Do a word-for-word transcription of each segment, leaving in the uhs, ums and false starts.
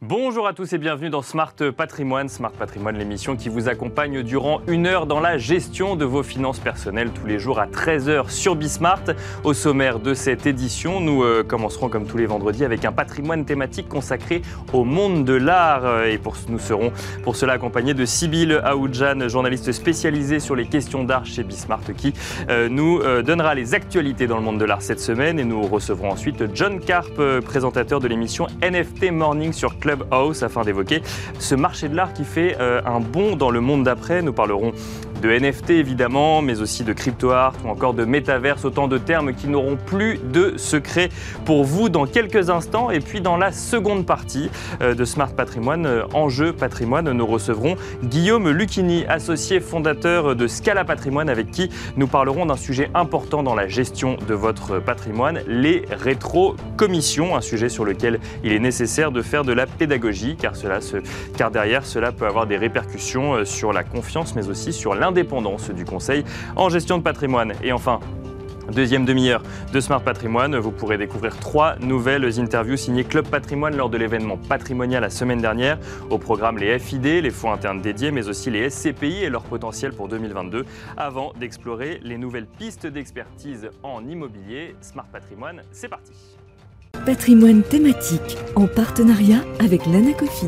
Bonjour à tous et bienvenue dans Smart Patrimoine. Smart Patrimoine, l'émission qui vous accompagne durant une heure dans la gestion de vos finances personnelles tous les jours à treize heures sur Bismart. Au sommaire de cette édition, nous euh, commencerons comme tous les vendredis avec un patrimoine thématique consacré au monde de l'art. Et pour, nous serons pour cela accompagnés de Sybille Aoudjan, journaliste spécialisée sur les questions d'art chez Bismart, qui euh, nous euh, donnera les actualités dans le monde de l'art cette semaine. Et nous recevrons ensuite John Karp, euh, présentateur de l'émission N F T Morning sur Club House, afin d'évoquer ce marché de l'art qui fait euh, un bond dans le monde d'après. Nous parlerons de N F T évidemment, mais aussi de crypto-art ou encore de métaverse, autant de termes qui n'auront plus de secret pour vous dans quelques instants. Et puis dans la seconde partie euh, de Smart Patrimoine, euh, Enjeu Patrimoine, nous recevrons Guillaume Lucchini, associé fondateur de Scala Patrimoine, avec qui nous parlerons d'un sujet important dans la gestion de votre patrimoine, les rétro-commissions, un sujet sur lequel il est nécessaire de faire de la pédagogie, car, cela se, car derrière cela peut avoir des répercussions sur la confiance, mais aussi sur l'indépendance du conseil en gestion de patrimoine. Et enfin, deuxième demi-heure de Smart Patrimoine, vous pourrez découvrir trois nouvelles interviews signées Club Patrimoine lors de l'événement patrimonial la semaine dernière. Au programme, les F I D, les fonds internes dédiés, mais aussi les S C P I et leur potentiel pour deux mille vingt-deux, avant d'explorer les nouvelles pistes d'expertise en immobilier. Smart Patrimoine, c'est parti. Patrimoine thématique en partenariat avec l'Anacofi.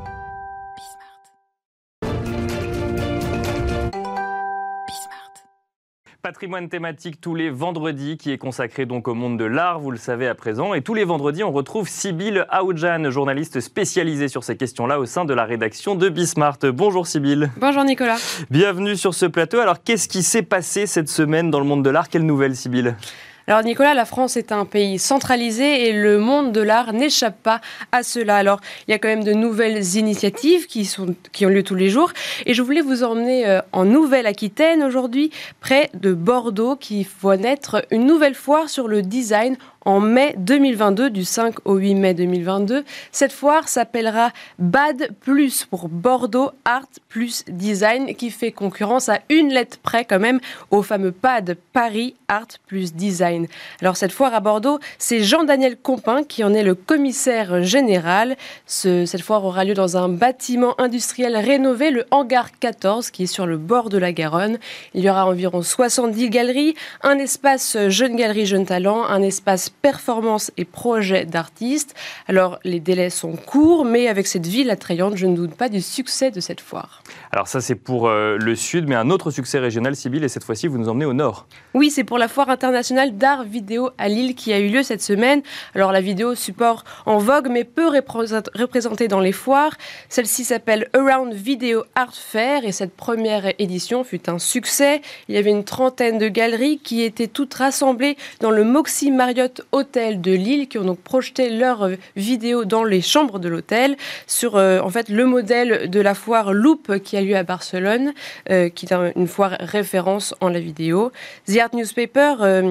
Patrimoine thématique tous les vendredis qui est consacré donc au monde de l'art, vous le savez à présent. Et tous les vendredis, on retrouve Sybille Aoudjan, journaliste spécialisée sur ces questions-là au sein de la rédaction de Bismart. Bonjour Sybille. Bonjour Nicolas. Bienvenue sur ce plateau. Alors qu'est-ce qui s'est passé cette semaine dans le monde de l'art? Quelle nouvelle, Sybille? Alors Nicolas, la France est un pays centralisé et le monde de l'art n'échappe pas à cela. Alors il y a quand même de nouvelles initiatives qui, sont, qui ont lieu tous les jours. Et je voulais vous emmener euh, en Nouvelle-Aquitaine aujourd'hui, près de Bordeaux, qui voit naître une nouvelle foire sur le design en mai deux mille vingt-deux, du cinq au huit mai deux mille vingt-deux. Cette foire s'appellera B A D plus pour Bordeaux Art plus Design, qui fait concurrence à une lettre près quand même au fameux P A D Paris Art plus Design. Alors cette foire à Bordeaux, c'est Jean-Daniel Compin qui en est le commissaire général. Ce, cette foire aura lieu dans un bâtiment industriel rénové, le Hangar quatorze, qui est sur le bord de la Garonne. Il y aura environ soixante-dix galeries, un espace Jeune Galerie Jeune Talent, un espace performance et projet d'artistes. Alors, les délais sont courts, mais avec cette ville attrayante, je ne doute pas du succès de cette foire. Alors ça, c'est pour euh, le sud, mais un autre succès régional, Sybille, et cette fois-ci, vous nous emmenez au nord. Oui, c'est pour la foire internationale d'art vidéo à Lille qui a eu lieu cette semaine. Alors, la vidéo, support en vogue, mais peu représentée dans les foires. Celle-ci s'appelle Around Video Art Fair, et cette première édition fut un succès. Il y avait une trentaine de galeries qui étaient toutes rassemblées dans le Moxie Marriott Hôtel de Lille, qui ont donc projeté leurs vidéos dans les chambres de l'hôtel sur euh, en fait le modèle de la foire Loop qui a lieu à Barcelone, euh, qui est un, une foire référence en la vidéo. The Art Newspaper euh,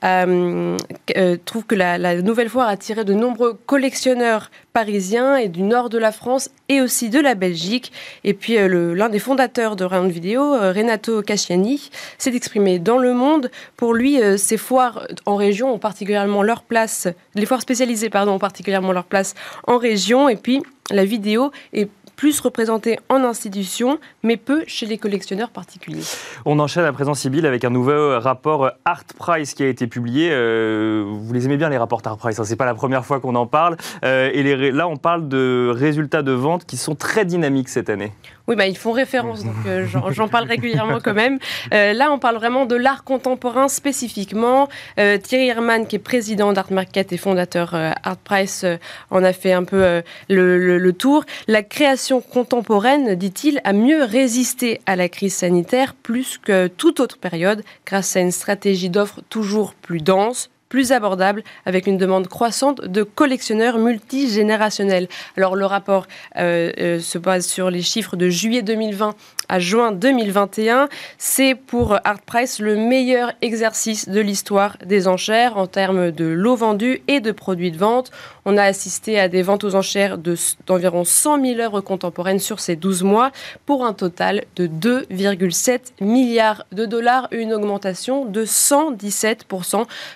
euh, euh, trouve que la, la nouvelle foire a attiré de nombreux collectionneurs parisiens et du nord de la France et aussi de la Belgique. Et puis euh, le, l'un des fondateurs de Round Video, euh, Renato Casciani, s'est exprimé dans Le Monde. Pour lui, euh, ces foires en région ont particulièrement leur place, les foires spécialisées pardon, ont particulièrement leur place en région. Et puis la vidéo est plus représentée en institution, mais peu chez les collectionneurs particuliers. On enchaîne à présent, Sybille, avec un nouveau rapport Art Price qui a été publié. Euh, vous les aimez bien, les rapports Art Price, hein, c'est pas la première fois qu'on en parle. Euh, et les, là, on parle de résultats de vente qui sont très dynamiques cette année. Oui, bah, ils font référence, donc euh, j'en, j'en parle régulièrement quand même. Euh, là, on parle vraiment de l'art contemporain spécifiquement. Euh, Thierry Herman, qui est président d'Art Market et fondateur euh, Art Price, euh, en a fait un peu euh, le, le, le tour. La création contemporaine, dit-il, a mieux résisté à la crise sanitaire plus que toute autre période, grâce à une stratégie d'offre toujours plus dense, plus abordable, avec une demande croissante de collectionneurs multigénérationnels. Alors le rapport euh, euh, se base sur les chiffres de juillet deux mille vingt à juin deux mille vingt et un. C'est pour Art Price le meilleur exercice de l'histoire des enchères en termes de lots vendus et de produits de vente. On a assisté à des ventes aux enchères de, d'environ cent mille œuvres contemporaines sur ces douze mois, pour un total de deux virgule sept milliards de dollars, une augmentation de cent dix-sept pour cent par rapport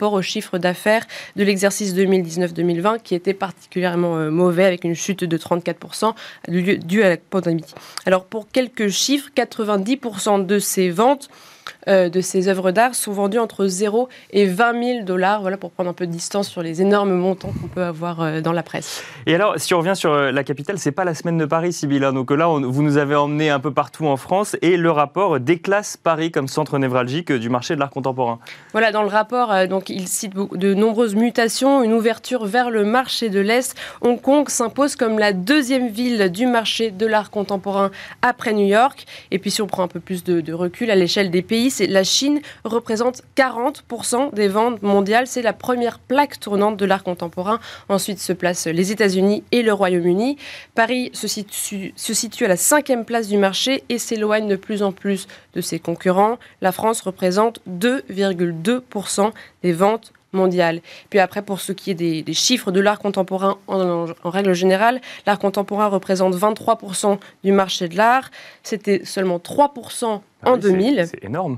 rapport au chiffre d'affaires de l'exercice deux mille dix-neuf deux mille vingt qui était particulièrement euh, mauvais avec une chute de trente-quatre pour cent due à la pandémie. Alors pour quelques chiffres, quatre-vingt-dix pour cent de ces ventes Euh, de ces œuvres d'art sont vendues entre zéro et vingt mille dollars, voilà, pour prendre un peu de distance sur les énormes montants qu'on peut avoir euh, dans la presse. Et alors, si on revient sur euh, la capitale, c'est pas la semaine de Paris, Sybille. Hein, donc là, on, vous nous avez emmenés un peu partout en France et le rapport déclasse Paris comme centre névralgique du marché de l'art contemporain. Voilà, dans le rapport, euh, donc, il cite de nombreuses mutations, une ouverture vers le marché de l'Est. Hong Kong s'impose comme la deuxième ville du marché de l'art contemporain après New York. Et puis si on prend un peu plus de, de recul à l'échelle des pays, c'est la Chine représente quarante pour cent des ventes mondiales. C'est la première plaque tournante de l'art contemporain. Ensuite se placent les États-Unis et le Royaume-Uni. Paris se situe, se situe à la cinquième place du marché et s'éloigne de plus en plus de ses concurrents. La France représente deux virgule deux pour cent des ventes mondiale. Puis après, pour ce qui est des, des chiffres de l'art contemporain en, en, en règle générale, l'art contemporain représente vingt-trois pour cent du marché de l'art. C'était seulement trois pour cent en ah oui, deux mille. C'est, c'est énorme.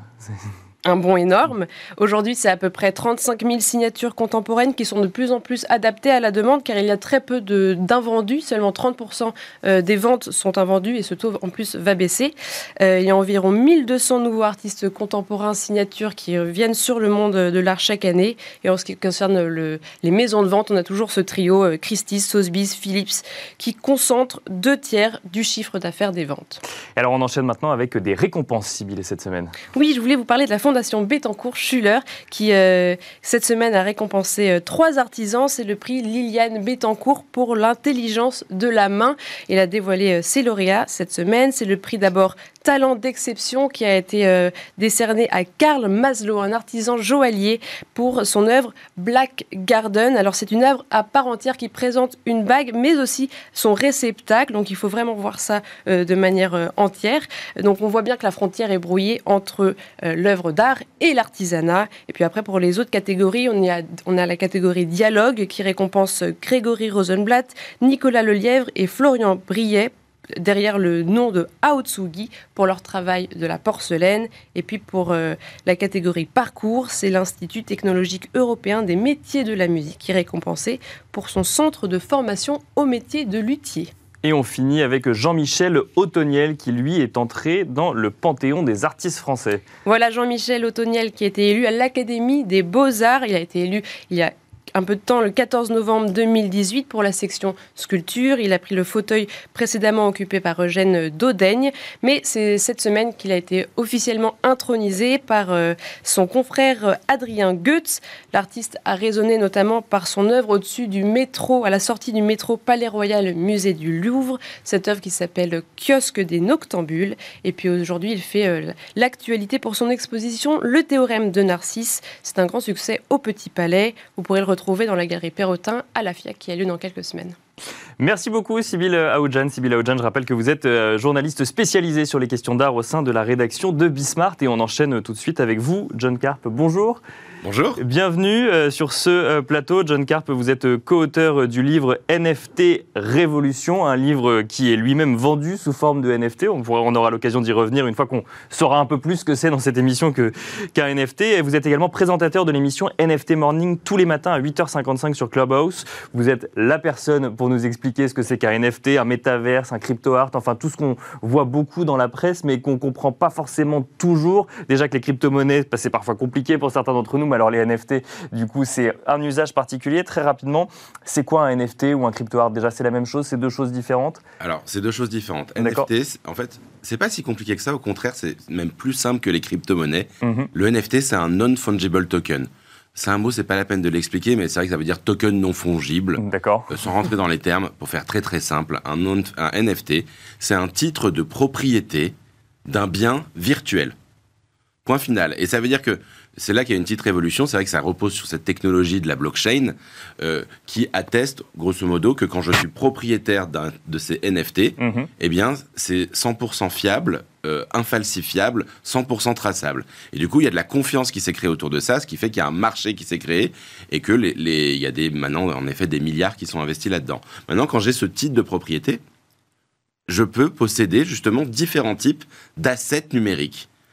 Un bond énorme. Aujourd'hui, c'est à peu près trente-cinq mille signatures contemporaines qui sont de plus en plus adaptées à la demande, car il y a très peu de, d'invendus. Seulement trente pour cent des ventes sont invendues et ce taux, en plus, va baisser. Euh, il y a environ mille deux cents nouveaux artistes contemporains signatures qui viennent sur le monde de l'art chaque année. Et en ce qui concerne le, les maisons de vente, on a toujours ce trio euh, Christie's, Sotheby's, Phillips, qui concentrent deux tiers du chiffre d'affaires des ventes. Et alors, on enchaîne maintenant avec des récompenses, Sybille, cette semaine. Oui, je voulais vous parler de la Fondation Fondation Bettencourt-Schuller qui, euh, cette semaine, a récompensé euh, trois artisans. C'est le prix Liliane Bettencourt pour l'intelligence de la main. Elle a dévoilé euh, ses lauréats cette semaine. C'est le prix d'abord Talent d'exception qui a été euh, décerné à Karl Maslow, un artisan joaillier, pour son œuvre Black Garden. Alors, c'est une œuvre à part entière qui présente une bague, mais aussi son réceptacle. Donc, il faut vraiment voir ça euh, de manière euh, entière. Donc, on voit bien que la frontière est brouillée entre euh, l'œuvre d'art et l'artisanat. Et puis après, pour les autres catégories, on, y a, on a la catégorie dialogue qui récompense Grégory Rosenblatt, Nicolas Lelièvre et Florian Briet, derrière le nom de Aotsugi, pour leur travail de la porcelaine. Et puis pour euh, la catégorie parcours, c'est l'Institut technologique européen des métiers de la musique qui est récompensé pour son centre de formation au métier de luthier. Et on finit avec Jean-Michel Ottoniel qui, lui, est entré dans le panthéon des artistes français. Voilà Jean-Michel Ottoniel qui a été élu à l'Académie des Beaux-Arts. Il a été élu il y a un peu de temps, le quatorze novembre deux mille dix-huit, pour la section sculpture. Il a pris le fauteuil précédemment occupé par Eugène Daudaigne. Mais c'est cette semaine qu'il a été officiellement intronisé par euh, son confrère Adrien Goetz. L'artiste a résonné notamment par son œuvre au-dessus du métro, à la sortie du métro Palais Royal, musée du Louvre. Cette œuvre qui s'appelle Kiosque des Noctambules. Et puis aujourd'hui, il fait euh, l'actualité pour son exposition Le Théorème de Narcisse. C'est un grand succès au Petit Palais. Vous pourrez le retrouver dans la galerie Perrotin à la FIAC qui a lieu dans quelques semaines. Merci beaucoup Sybille Aoudjan. Sybille Aoudjan, je rappelle que vous êtes journaliste spécialisée sur les questions d'art au sein de la rédaction de Bismart et on enchaîne tout de suite avec vous, John Karp. Bonjour. Bonjour. Bienvenue sur ce plateau. John Karp, vous êtes co-auteur du livre N F T Révolution, un livre qui est lui-même vendu sous forme de N F T. On, pourra, on aura l'occasion d'y revenir une fois qu'on saura un peu plus ce que c'est dans cette émission que, qu'un N F T. Et vous êtes également présentateur de l'émission N F T Morning tous les matins à huit heures cinquante-cinq sur Clubhouse. Vous êtes la personne pour nous expliquer ce que c'est qu'un N F T, un métaverse, un crypto-art, enfin tout ce qu'on voit beaucoup dans la presse mais qu'on ne comprend pas forcément toujours. Déjà que les crypto-monnaies, c'est parfois compliqué pour certains d'entre nous, mais alors les N F T, du coup, c'est un usage particulier. Très rapidement, c'est quoi un N F T ou un crypto-art? Déjà, c'est la même chose, c'est deux choses différentes? Alors, c'est deux choses différentes. D'accord. N F T, en fait, c'est pas si compliqué que ça. Au contraire, c'est même plus simple que les crypto-monnaies. Mm-hmm. Le N F T, c'est un non-fungible token. C'est un mot, c'est pas la peine de l'expliquer, mais c'est vrai que ça veut dire token non fongible. D'accord. Euh, sans rentrer dans les termes, pour faire très très simple, un, non, un N F T, c'est un titre de propriété d'un bien virtuel. Point final. Et ça veut dire que c'est là qu'il y a une petite révolution. C'est vrai que ça repose sur cette technologie de la blockchain euh, qui atteste, grosso modo, que quand je suis propriétaire d'un, de ces N F T, Mm-hmm. eh bien, c'est cent pour cent fiable, euh, infalsifiable, cent pour cent traçable. Et du coup, il y a de la confiance qui s'est créée autour de ça, ce qui fait qu'il y a un marché qui s'est créé et que les, les, il y a des, maintenant, en effet, des milliards qui sont investis là-dedans. Maintenant, quand j'ai ce titre de propriété, je peux posséder justement différents types d'assets numériques.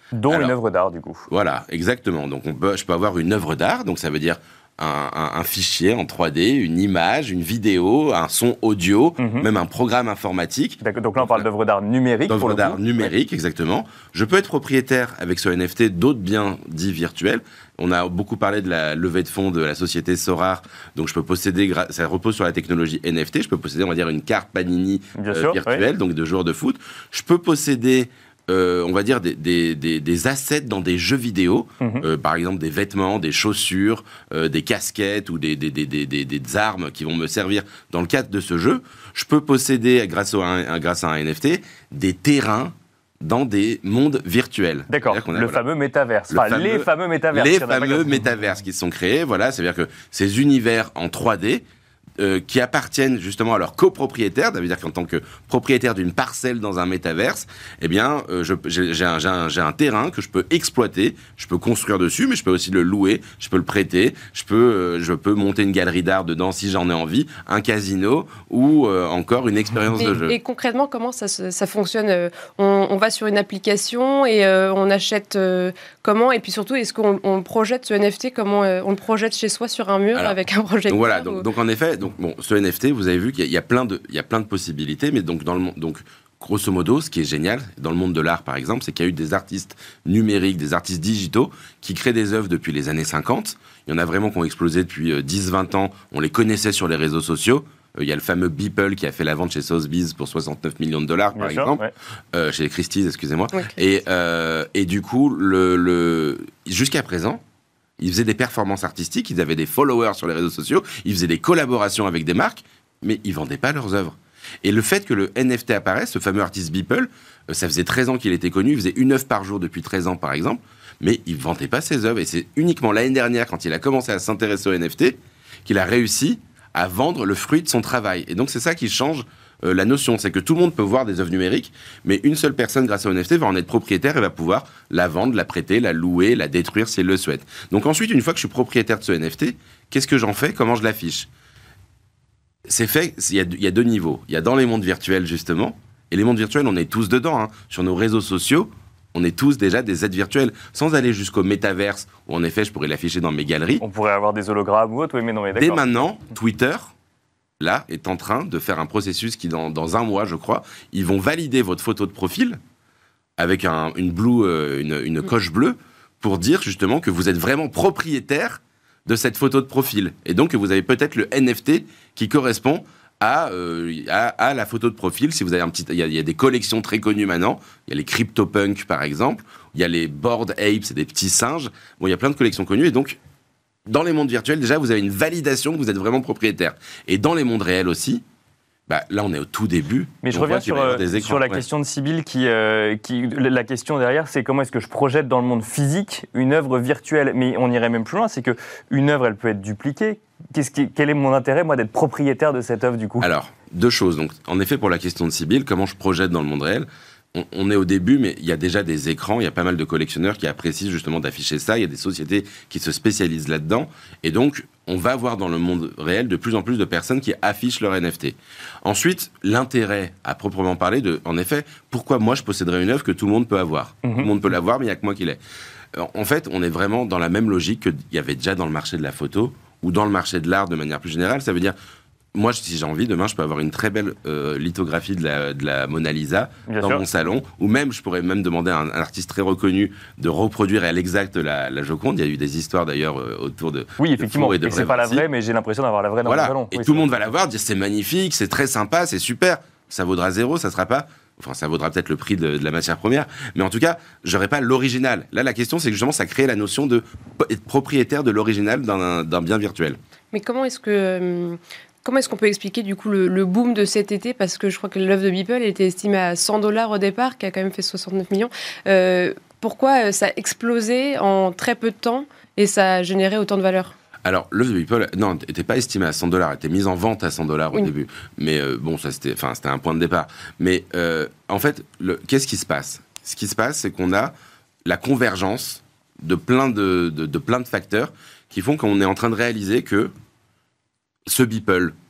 Dont Alors, une œuvre d'art, du coup. Voilà, exactement. Donc on peut, je peux avoir une œuvre d'art, donc ça veut dire un, un, un fichier en trois D, une image, une vidéo, un son audio, Mhm. même un programme informatique. D'accord, donc là, on parle d'œuvre d'art numérique. pour D'œuvre le d'art coup. numérique, exactement. Je peux être propriétaire avec ce N F T d'autres biens dits virtuels. On a beaucoup parlé de la levée de fonds de la société Sorar, donc je peux posséder, gra- ça repose sur la technologie N F T, je peux posséder, on va dire, une carte Panini Bien euh, sûr, virtuelle, donc de joueurs de foot. Je peux posséder, euh, on va dire, des, des, des, des assets dans des jeux vidéo, Mhm. euh, par exemple des vêtements, des chaussures, euh, des casquettes ou des, des, des, des, des, des armes qui vont me servir dans le cadre de ce jeu. Je peux posséder, grâce, au, un, grâce à un N F T, des terrains dans des mondes virtuels. D'accord, C'est-à-dire qu'on a, le voilà, fameux métaverse. Le Enfin, fameux- les fameux métaverses. les Il y en a pas fameux qu'un. métaverses qui se sont créés, voilà, c'est-à-dire que ces univers en trois D euh, qui appartiennent justement à leurs copropriétaires, ça veut dire qu'en tant que propriétaire d'une parcelle dans un métaverse, eh bien, euh, je- j'ai j'ai un, j'ai un- j'ai un terrain que je peux exploiter, je peux construire dessus, mais je peux aussi le louer, je peux le prêter, je peux, euh, je peux monter une galerie d'art dedans si j'en ai envie, un casino ou euh, encore une expérience de jeu. Et, et concrètement, comment ça, se- ça fonctionne euh, on, on va sur une application et euh, on achète euh, comment? Et puis surtout, est-ce qu'on on projette ce N F T? Comment euh, on le projette chez soi sur un mur Alors, avec un projecteur? Donc voilà, ou- donc, donc en effet, donc, bon, ce N F T, vous avez vu qu'il y a, il y a plein de, il y a plein de possibilités, mais donc dans le monde, donc grosso modo, ce qui est génial dans le monde de l'art, par exemple, c'est qu'il y a eu des artistes numériques, des artistes digitaux qui créent des œuvres depuis les années cinquante. Il y en a vraiment qui ont explosé depuis euh, dix vingt ans. On les connaissait sur les réseaux sociaux. Euh, Il y a le fameux Beeple qui a fait la vente chez Sotheby's pour soixante-neuf millions de dollars, par Bien sûr, exemple. ouais. Euh, chez Christie's, excusez-moi. Ok. Et, euh, et du coup, le, le... jusqu'à présent, ils faisaient des performances artistiques, ils avaient des followers sur les réseaux sociaux, ils faisaient des collaborations avec des marques, mais ils vendaient pas leurs œuvres. Et le fait que le N F T apparaisse, ce fameux artiste Beeple, euh, ça faisait treize ans qu'il était connu, il faisait une œuvre par jour depuis treize ans, par exemple, mais il vendait pas ses œuvres. Et c'est uniquement l'année dernière, quand il a commencé à s'intéresser au N F T, qu'il a réussi à vendre le fruit de son travail. Et donc c'est ça qui change euh, la notion, c'est que tout le monde peut voir des œuvres numériques, mais une seule personne, grâce au N F T, va en être propriétaire et va pouvoir la vendre, la prêter, la louer, la détruire si elle le souhaite. Donc ensuite, une fois que je suis propriétaire de ce N F T, qu'est-ce que j'en fais? Comment je l'affiche? C'est fait, il y, a, il y a deux niveaux. Il y a dans les mondes virtuels, justement, et les mondes virtuels, on est tous dedans. Hein. Sur nos réseaux sociaux, on est tous déjà des êtres virtuels, sans aller jusqu'au métaverse, où en effet, je pourrais l'afficher dans mes galeries. On pourrait avoir des hologrammes ou autre, oui, mais non, mais Dès d'accord. maintenant, Twitter, là, est en train de faire un processus qui, dans, dans un mois, je crois, ils vont valider votre photo de profil avec un, une, blue, euh, une, une coche bleue pour dire justement que vous êtes vraiment propriétaire de cette photo de profil. Et donc que vous avez peut-être le N F T qui correspond à, euh, à, à la photo de profil. Si vous avez un petit, il y, a, il y a des collections très connues maintenant. Il y a les CryptoPunk, par exemple. Il y a les Bored Apes, c'est des petits singes. Bon, il y a plein de collections connues. Et donc, dans les mondes virtuels, déjà, vous avez une validation que vous êtes vraiment propriétaire. Et dans les mondes réels aussi, bah, là, on est au tout début. Mais je On reviens voit qu'il sur, va y avoir euh, des écrans. sur la Ouais. question de Sybille qui, euh, qui... La question derrière, c'est comment est-ce que je projette dans le monde physique une œuvre virtuelle? Mais on irait même plus loin, c'est qu'une œuvre, elle peut être dupliquée. Qu'est-ce qui... Quel est mon intérêt, moi, d'être propriétaire de cette œuvre, du coup? Alors, deux choses. Donc, en effet, pour la question de Sybille, comment je projette dans le monde réel? on, on est au début, mais il y a déjà des écrans, il y a pas mal de collectionneurs qui apprécient justement d'afficher ça, il y a des sociétés qui se spécialisent là-dedans, et donc on va voir dans le monde réel de plus en plus de personnes qui affichent leur N F T. Ensuite, l'intérêt à proprement parler de, en effet, pourquoi moi je posséderais une œuvre que tout le monde peut avoir? Mhm. Tout le monde peut l'avoir, mais il n'y a que moi qui l'ai. En fait, on est vraiment dans la même logique qu'il y avait déjà dans le marché de la photo, ou dans le marché de l'art de manière plus générale. Ça veut dire, moi, si j'ai envie, demain, je peux avoir une très belle euh, lithographie de la, de la Mona Lisa Bien dans sûr. mon salon, ou même, je pourrais même demander à un, un artiste très reconnu de reproduire à l'exact la, la Joconde. Il y a eu des histoires d'ailleurs euh, autour de. Oui, de effectivement. faux et Et, de c'est pas la Vinci. vraie, mais j'ai l'impression d'avoir la vraie dans Voilà. mon salon. Et Oui, tout c'est- le monde va la voir, dire c'est magnifique, c'est très sympa, c'est super. Ça vaudra zéro, ça sera pas. Enfin, ça vaudra peut-être le prix de, de la matière première, mais en tout cas, j'aurais pas l'original. Là, la question, c'est que justement, ça crée la notion de être propriétaire de l'original d'un, d'un bien virtuel. Mais comment est-ce que euh, comment est-ce qu'on peut expliquer du coup le, le boom de cet été? Parce que je crois que l'œuvre de Beeple était estimée à cent dollars au départ, qui a quand même fait soixante-neuf millions. Euh, pourquoi euh, ça a explosé en très peu de temps et ça a généré autant de valeur? Alors, l'œuvre de Beeple, non, n'était pas estimée à cent dollars, elle était mise en vente à cent dollars au Oui. début. Mais euh, bon, ça c'était, enfin, c'était un point de départ. Mais euh, en fait, le, qu'est-ce qui se passe? Ce qui se passe, c'est qu'on a la convergence de plein de, de, de plein de facteurs qui font qu'on est en train de réaliser que ce Beeple,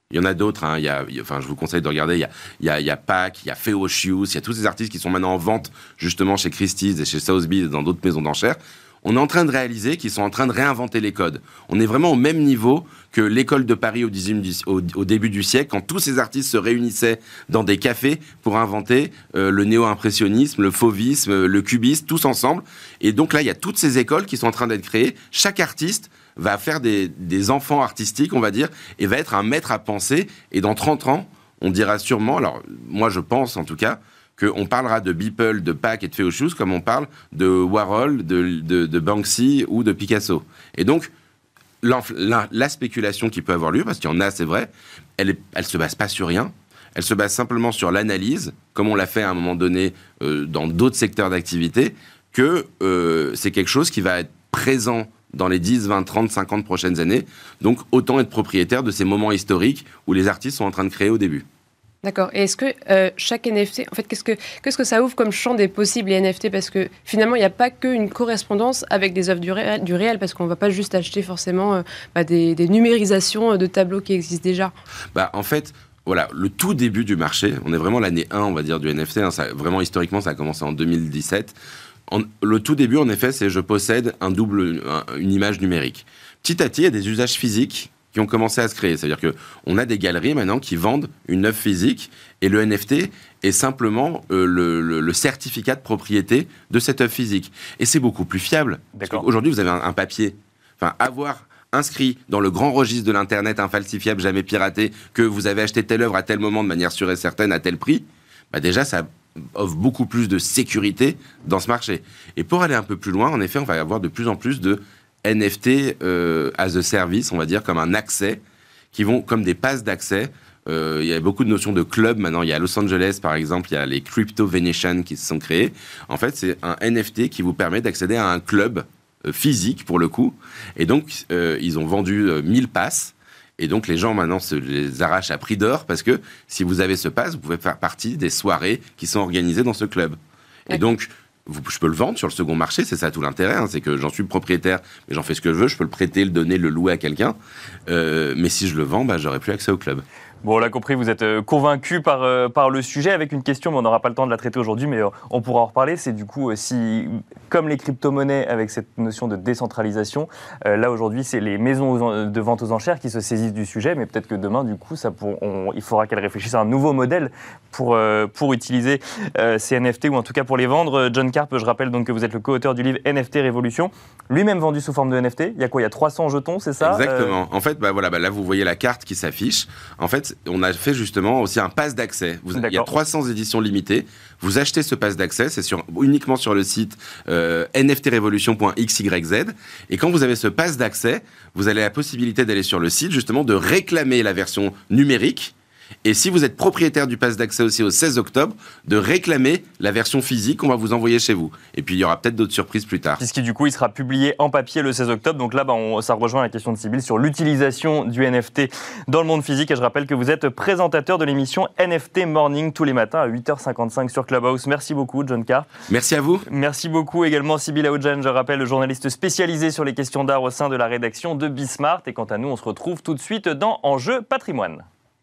Il y en a d'autres, hein. il y a, il y a, enfin, je vous conseille de regarder, il y a, il y a, il y a Pac, il y a Feocious, il y a tous ces artistes qui sont maintenant en vente justement chez Christie's et chez Sotheby's et dans d'autres maisons d'enchères. On est en train de réaliser qu'ils sont en train de réinventer les codes. On est vraiment au même niveau que l'école de Paris au, dixième, au, au début du siècle, quand tous ces artistes se réunissaient dans des cafés pour inventer euh, le néo-impressionnisme, le fauvisme, le cubisme, tous ensemble. Et donc là, il y a toutes ces écoles qui sont en train d'être créées. Chaque artiste va faire des, des enfants artistiques, on va dire, et va être un maître à penser. Et dans trente ans, on dira sûrement, alors moi je pense en tout cas, qu'on parlera de Beeple, de Pac et de Feocious comme on parle de Warhol, de, de, de Banksy ou de Picasso. Et donc, la, la spéculation qui peut avoir lieu, parce qu'il y en a, c'est vrai, elle ne se base pas sur rien. Elle se base simplement sur l'analyse, comme on l'a fait à un moment donné euh, dans d'autres secteurs d'activité, que euh, c'est quelque chose qui va être présent dans les dix, vingt, trente, cinquante prochaines années. Donc, autant être propriétaire de ces moments historiques où les artistes sont en train de créer au début. D'accord. Et est-ce que euh, chaque N F T, en fait, qu'est-ce que, qu'est-ce que ça ouvre comme champ des possibles, les N F T? Parce que finalement, il n'y a pas qu'une correspondance avec des œuvres du réel, du réel parce qu'on ne va pas juste acheter forcément euh, bah, des, des numérisations de tableaux qui existent déjà. Bah, en fait, voilà, le tout début du marché, on est vraiment l'année un, on va dire, du N F T. Hein, ça, vraiment, historiquement, ça a commencé en deux mille dix-sept. En, le tout début, en effet, c'est je possède un double, un, une image numérique. Petit à petit, il y a des usages physiques qui ont commencé à se créer. C'est-à-dire qu'on a des galeries maintenant qui vendent une œuvre physique et le N F T est simplement euh, le, le, le certificat de propriété de cette œuvre physique. Et c'est beaucoup plus fiable. Aujourd'hui, vous avez un, un papier. Enfin, avoir inscrit dans le grand registre de l'Internet infalsifiable, jamais piraté, que vous avez acheté telle œuvre à tel moment de manière sûre et certaine à tel prix, bah déjà, ça offre beaucoup plus de sécurité dans ce marché. Et pour aller un peu plus loin, en effet, on va avoir de plus en plus de N F T euh, as a service, on va dire, comme un accès, qui vont comme des passes d'accès. Euh, il y a beaucoup de notions de clubs maintenant. Il y a à Los Angeles, par exemple, il y a les Crypto Venetian qui se sont créés. En fait, c'est un N F T qui vous permet d'accéder à un club euh, physique, pour le coup. Et donc, euh, ils ont vendu euh, mille passes. Et donc, les gens, maintenant, se les arrachent à prix d'or parce que si vous avez ce pass, vous pouvez faire partie des soirées qui sont organisées dans ce club. Et donc, vous, je peux le vendre sur le second marché, c'est ça tout l'intérêt, hein, c'est que j'en suis propriétaire, mais j'en fais ce que je veux, je peux le prêter, le donner, le louer à quelqu'un, euh, mais si je le vends, bah, j'aurai plus accès au club. Bon, on l'a compris, vous êtes convaincu par, euh, par le sujet, avec une question, mais on n'aura pas le temps de la traiter aujourd'hui, mais euh, on pourra en reparler. C'est du coup, euh, si, comme les crypto-monnaies, avec cette notion de décentralisation, euh, là aujourd'hui, c'est les maisons de vente aux enchères qui se saisissent du sujet, mais peut-être que demain, du coup, ça pour, on, il faudra qu'elles réfléchissent à un nouveau modèle pour, euh, pour utiliser euh, ces N F T, ou en tout cas pour les vendre. John Karp, je rappelle donc que vous êtes le co-auteur du livre N F T Révolution, lui-même vendu sous forme de N F T. Il y a quoi? Il y a trois cents jetons, c'est ça? Exactement. Euh... En fait, bah, voilà, bah, là, vous voyez la carte qui s'affiche. En fait, on a fait justement aussi un pass d'accès. Vous, il y a trois cents éditions limitées. Vous achetez ce pass d'accès, c'est sur, uniquement sur le site euh, n f t révolution point x y z. Et quand vous avez ce pass d'accès, vous avez la possibilité d'aller sur le site, justement, de réclamer la version numérique. Et si vous êtes propriétaire du pass d'accès aussi au seize octobre, de réclamer la version physique qu'on va vous envoyer chez vous. Et puis il y aura peut-être d'autres surprises plus tard. Puisque du coup il sera publié en papier le seize octobre. Donc là bah, on, ça rejoint la question de Sybille sur l'utilisation du N F T dans le monde physique. Et je rappelle que vous êtes présentateur de l'émission N F T Morning tous les matins à huit heures cinquante-cinq sur Clubhouse. Merci beaucoup John Karp. Merci à vous. Merci beaucoup également Sybille Aoudjan, je rappelle, le journaliste spécialisé sur les questions d'art au sein de la rédaction de Bismart. Et quant à nous, on se retrouve tout de suite dans Enjeu Patrimoine.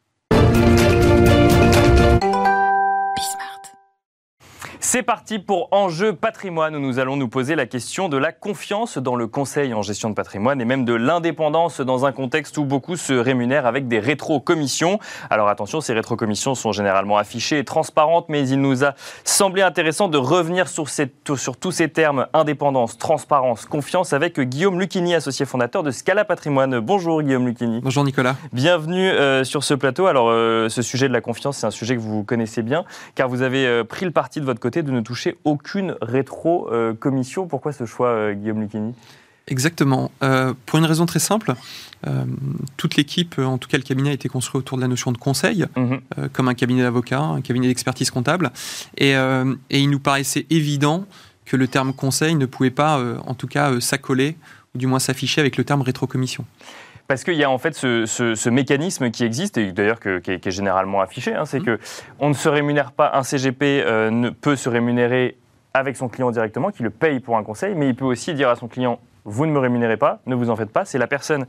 C'est parti pour Enjeu Patrimoine, où nous allons nous poser la question de la confiance dans le conseil en gestion de patrimoine et même de l'indépendance dans un contexte où beaucoup se rémunèrent avec des rétrocommissions. Alors attention, ces rétrocommissions sont généralement affichées et transparentes, mais il nous a semblé intéressant de revenir sur, cette, sur tous ces termes indépendance, transparence, confiance avec Guillaume Lucchini, associé fondateur de Scala Patrimoine. Bonjour Guillaume Lucchini. Bonjour Nicolas. Bienvenue euh, sur ce plateau. Alors euh, ce sujet de la confiance, c'est un sujet que vous connaissez bien, car vous avez euh, pris le parti de votre côté de ne toucher aucune rétro-commission. Pourquoi ce choix, euh, Guillaume Lucchini ? Exactement. Euh, pour une raison très simple. Euh, toute l'équipe, en tout cas le cabinet, a été construit autour de la notion de conseil, mmh. euh, comme un cabinet d'avocats, un cabinet d'expertise comptable. Et, euh, et il nous paraissait évident que le terme conseil ne pouvait pas, euh, en tout cas, euh, s'accoler, ou du moins s'afficher avec le terme rétrocommission. Parce qu'il y a en fait ce, ce, ce mécanisme qui existe, et d'ailleurs que, qui, est, qui est généralement affiché, hein, c'est mmh. qu'on ne se rémunère pas, un C G P euh, ne peut se rémunérer avec son client directement, qui le paye pour un conseil, mais il peut aussi dire à son client « vous ne me rémunérez pas, ne vous en faites pas », c'est la personne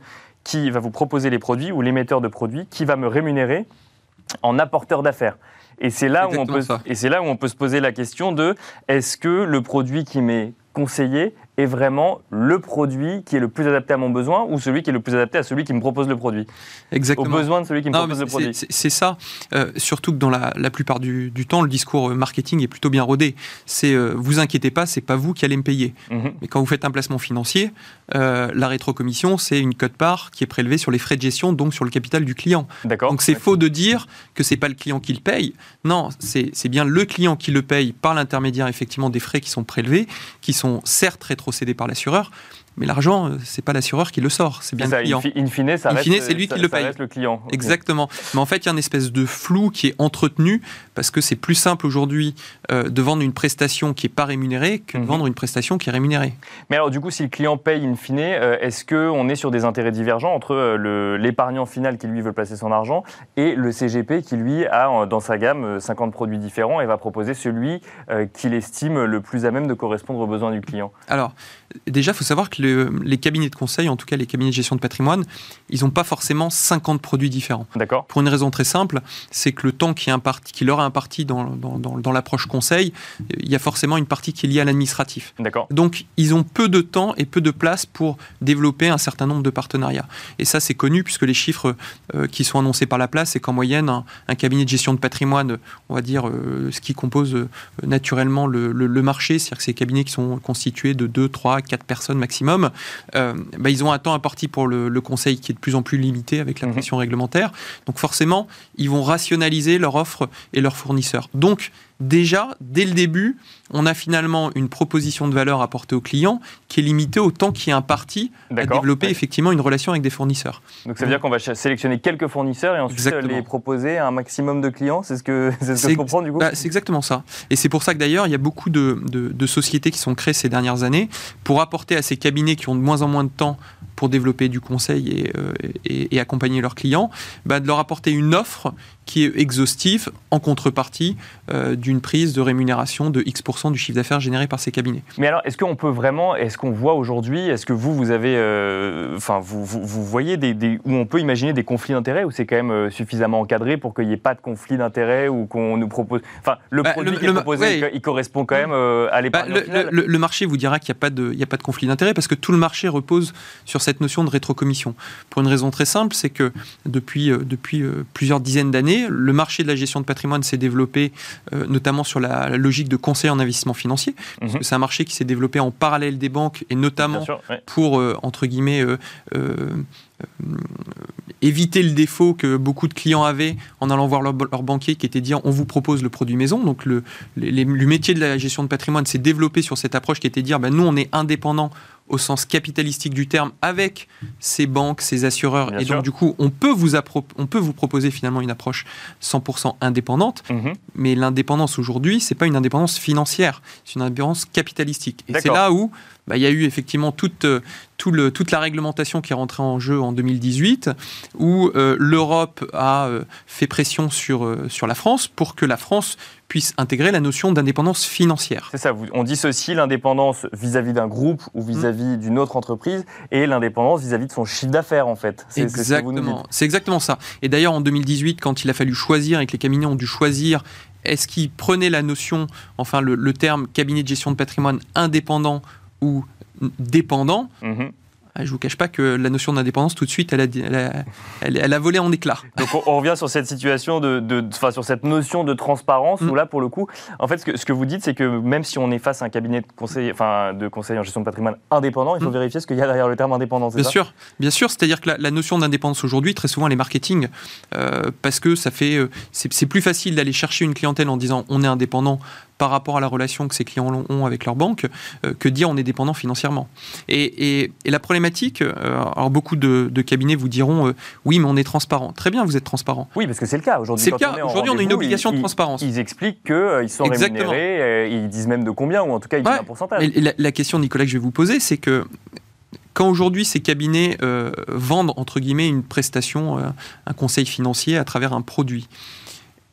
qui va vous proposer les produits ou l'émetteur de produits qui va me rémunérer en apporteur d'affaires. Et c'est là, où on peut, et c'est là où on peut se poser la question de est-ce que le produit qui m'est conseillé est vraiment le produit qui est le plus adapté à mon besoin ou celui qui est le plus adapté à celui qui me propose le produit. Exactement. Au besoin de celui qui me non, propose le produit. C'est, c'est ça. Euh, surtout que dans la, la plupart du, du temps, le discours marketing est plutôt bien rodé. C'est euh, vous inquiétez pas, c'est pas vous qui allez me payer. Mm-hmm. Mais quand vous faites un placement financier, euh, la rétrocommission, c'est une quote-part qui est prélevée sur les frais de gestion, donc sur le capital du client. D'accord. Donc c'est ouais. faux de dire que c'est pas le client qui le paye. Non, c'est, c'est bien le client qui le paye par l'intermédiaire effectivement des frais qui sont prélevés, qui sont certes rétrocédés par l'assureur, mais l'argent, c'est pas l'assureur qui le sort, c'est bien c'est le client. Ça, in fine, ça in reste, fine, c'est lui ça, qui le ça paye. Reste le client. Okay. Exactement. Mais en fait, il y a une espèce de flou qui est entretenu parce que c'est plus simple aujourd'hui euh, de vendre une prestation qui n'est pas rémunérée que de mm-hmm. vendre une prestation qui est rémunérée. Mais alors, du coup, si le client paye in fine, euh, est-ce qu'on est sur des intérêts divergents entre euh, le, l'épargnant final qui, lui, veut placer son argent et le C G P qui, lui, a dans sa gamme cinquante produits différents et va proposer celui euh, qu'il estime le plus à même de correspondre aux besoins du client? Alors, déjà, il faut savoir que le, les cabinets de conseil, en tout cas les cabinets de gestion de patrimoine, ils n'ont pas forcément cinquante produits différents. D'accord. Pour une raison très simple, c'est que le temps qui, est imparti, qui leur est imparti dans, dans, dans, dans l'approche conseil, il y a forcément une partie qui est liée à l'administratif. D'accord. Donc, ils ont peu de temps et peu de place pour développer un certain nombre de partenariats. Et ça, c'est connu puisque les chiffres euh, qui sont annoncés par la place, c'est qu'en moyenne, un, un cabinet de gestion de patrimoine, on va dire, euh, ce qui compose euh, naturellement le, le, le marché, c'est-à-dire que c'est des cabinets qui sont constitués de deux, trois, quatre personnes maximum, euh, bah, ils ont un temps imparti pour le, le conseil qui est de plus en plus limité avec la pression mmh. réglementaire. Donc forcément, ils vont rationaliser leur offre et leurs fournisseurs. Donc déjà, dès le début, on a finalement une proposition de valeur apportée au client qui est limitée au temps qui est imparti D'accord. à développer ouais. effectivement une relation avec des fournisseurs. Donc ça veut dire qu'on va sélectionner quelques fournisseurs et ensuite exactement. les proposer à un maximum de clients. C'est ce que, c'est ce que c'est, je comprends du coup bah, C'est exactement ça. Et c'est pour ça que d'ailleurs, il y a beaucoup de, de, de sociétés qui sont créées ces dernières années pour apporter à ces cabinets qui ont de moins en moins de temps pour développer du conseil et, euh, et, et accompagner leurs clients, bah, de leur apporter une offre qui est exhaustive en contrepartie euh, d'une prise de rémunération de X pour cent du chiffre d'affaires généré par ces cabinets. Mais alors, est-ce qu'on peut vraiment, est-ce qu'on voit aujourd'hui, est-ce que vous, vous avez, enfin, euh, vous, vous, vous voyez des, des, où on peut imaginer des conflits d'intérêts, ou c'est quand même euh, suffisamment encadré pour qu'il n'y ait pas de conflit d'intérêts ou qu'on nous propose, enfin, le bah, produit le, qui est le, proposé, ouais. il, il correspond quand même euh, à l'épargne bah, finale. Le, le, le marché vous dira qu'il n'y a pas de, il n'y a pas de conflit d'intérêts parce que tout le marché repose sur cette notion de rétrocommission. Pour une raison très simple, c'est que depuis, euh, depuis euh, plusieurs dizaines d'années, le marché de la gestion de patrimoine s'est développé euh, notamment sur la, la logique de conseil en investissement financier, parce mmh. que c'est un marché qui s'est développé en parallèle des banques et notamment sûr, ouais. pour, euh, entre guillemets, euh, euh, euh, éviter le défaut que beaucoup de clients avaient en allant voir leur, leur banquier qui était de dire on vous propose le produit maison. Donc le, les, les, le métier de la gestion de patrimoine s'est développé sur cette approche qui était de dire ben, nous on est indépendants au sens capitalistique du terme, avec ces banques, ces assureurs. Bien et sûr. Donc, du coup, on peut, vous appro- on peut vous proposer finalement une approche cent pour cent indépendante, mmh. mais l'indépendance aujourd'hui, ce n'est pas une indépendance financière, c'est une indépendance capitalistique. Et D'accord. c'est là où bah, il y a eu effectivement toute, tout le, toute la réglementation qui est rentrée en jeu en deux mille dix-huit, où euh, l'Europe a euh, fait pression sur, euh, sur la France pour que la France puisse intégrer la notion d'indépendance financière. C'est ça, on dissocie l'indépendance vis-à-vis d'un groupe ou vis-à-vis mmh. d'une autre entreprise et l'indépendance vis-à-vis de son chiffre d'affaires, en fait. C'est, exactement. C'est, ce que vous nous dites. C'est exactement ça. Et d'ailleurs, en deux mille dix-huit, quand il a fallu choisir et que les cabinets ont dû choisir, est-ce qu'ils prenaient la notion, enfin le, le terme cabinet de gestion de patrimoine indépendant ou dépendant, mmh. je ne vous cache pas que la notion d'indépendance, tout de suite, elle a, elle a, elle, elle a volé en éclats. Donc, on, on revient sur cette situation, de, de, enfin, sur cette notion de transparence, mmh. où là, pour le coup, en fait, ce que, ce que vous dites, c'est que même si on est face à un cabinet de conseil, enfin, de conseil en gestion de patrimoine indépendant, il faut mmh. vérifier ce qu'il y a derrière le terme indépendant, c'est bien ça ? sûr, bien sûr, c'est-à-dire que la, la notion d'indépendance aujourd'hui, très souvent, elle est marketing, euh, parce que ça fait, euh, c'est, c'est plus facile d'aller chercher une clientèle en disant on est indépendant par rapport à la relation que ces clients ont avec leur banque, euh, que dire on est dépendant financièrement. Et, et, et la problématique, euh, alors beaucoup de, de cabinets vous diront euh, oui, mais on est transparent. Très bien, vous êtes transparent. Oui, parce que c'est le cas aujourd'hui. C'est le cas. On aujourd'hui, on a une obligation ils, de transparence. Ils, ils expliquent qu'ils euh, sont Exactement. rémunérés, euh, ils disent même de combien, ou en tout cas, ils ouais. disent un pourcentage. Et la, la question, Nicolas, que je vais vous poser, c'est que quand aujourd'hui ces cabinets euh, vendent, entre guillemets, une prestation, euh, un conseil financier à travers un produit,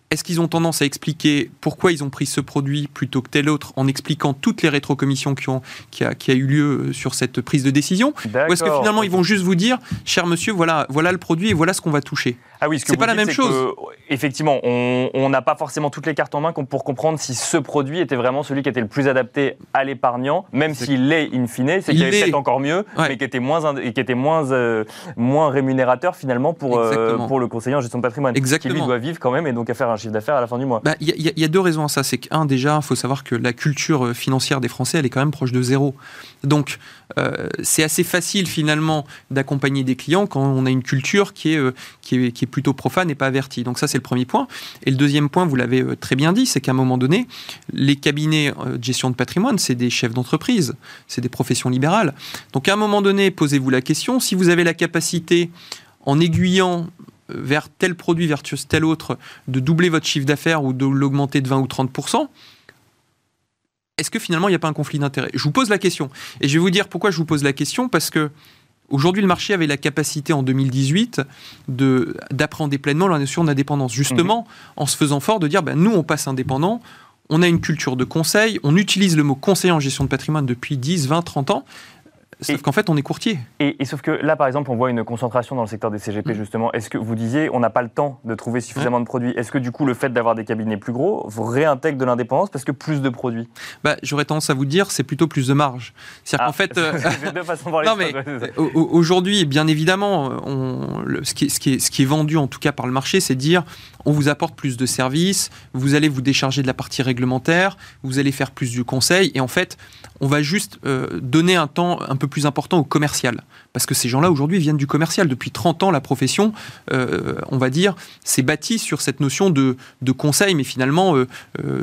Est-ce qu'ils ont tendance à expliquer pourquoi ils ont pris ce produit plutôt que tel autre en expliquant toutes les rétrocommissions qui ont qui a, qui a eu lieu sur cette prise de décision? Ou est-ce que finalement ils vont juste vous dire, cher monsieur, voilà, voilà le produit et voilà ce qu'on va toucher? Ah oui, ce que c'est vous pas la dites, même chose. Que, effectivement, on n'a pas forcément toutes les cartes en main pour comprendre si ce produit était vraiment celui qui était le plus adapté à l'épargnant, même c'est... s'il l'est in fine, c'est qu'il y avait peut-être encore mieux, ouais. mais qui était moins, qui était moins, euh, moins rémunérateur finalement pour, euh, pour le conseiller en gestion de patrimoine, Exactement. qui lui doit vivre quand même et donc à faire un chiffre d'affaires à la fin du mois. Il bah, y, y, y a deux raisons à ça. C'est qu'un, déjà, il faut savoir que la culture financière des Français, elle est quand même proche de zéro. Donc, euh, c'est assez facile finalement d'accompagner des clients quand on a une culture qui est, euh, qui est, qui est plutôt profane et pas avertie. Donc ça, c'est le premier point. Et le deuxième point, vous l'avez très bien dit, c'est qu'à un moment donné, les cabinets de gestion de patrimoine, c'est des chefs d'entreprise, c'est des professions libérales. Donc à un moment donné, posez-vous la question, si vous avez la capacité, en aiguillant vers tel produit versus tel autre, de doubler votre chiffre d'affaires ou de l'augmenter de vingt ou trente pour cent, est-ce que finalement il n'y a pas un conflit d'intérêts? Je vous pose la question. Et je vais vous dire pourquoi je vous pose la question, parce que aujourd'hui, le marché avait la capacité en deux mille dix-huit de, d'appréhender pleinement la notion d'indépendance, justement mmh. en se faisant fort de dire ben, nous, on passe indépendant, on a une culture de conseil, on utilise le mot conseiller en gestion de patrimoine depuis dix, vingt, trente ans. Sauf et, qu'en fait, on est courtier. Et, et sauf que là, par exemple, on voit une concentration dans le secteur des C G P, mmh. justement. Est-ce que vous disiez, on n'a pas le temps de trouver suffisamment mmh. de produits? Est-ce que du coup, le fait d'avoir des cabinets plus gros vous réintègre de l'indépendance parce que plus de produits? bah, J'aurais tendance à vous dire, c'est plutôt plus de marge. C'est-à-dire ah, qu'en fait... Euh... c'est deux façons de voir les non, mais, euh, aujourd'hui, bien évidemment, on, le, ce, qui est, ce, qui est, ce qui est vendu, en tout cas par le marché, c'est de dire, on vous apporte plus de services, vous allez vous décharger de la partie réglementaire, vous allez faire plus du conseil, et en fait, on va juste euh, donner un temps un peu plus important au commercial. Parce que ces gens-là, aujourd'hui, viennent du commercial. Depuis trente ans, la profession, euh, on va dire, s'est bâtie sur cette notion de, de conseil, mais finalement euh,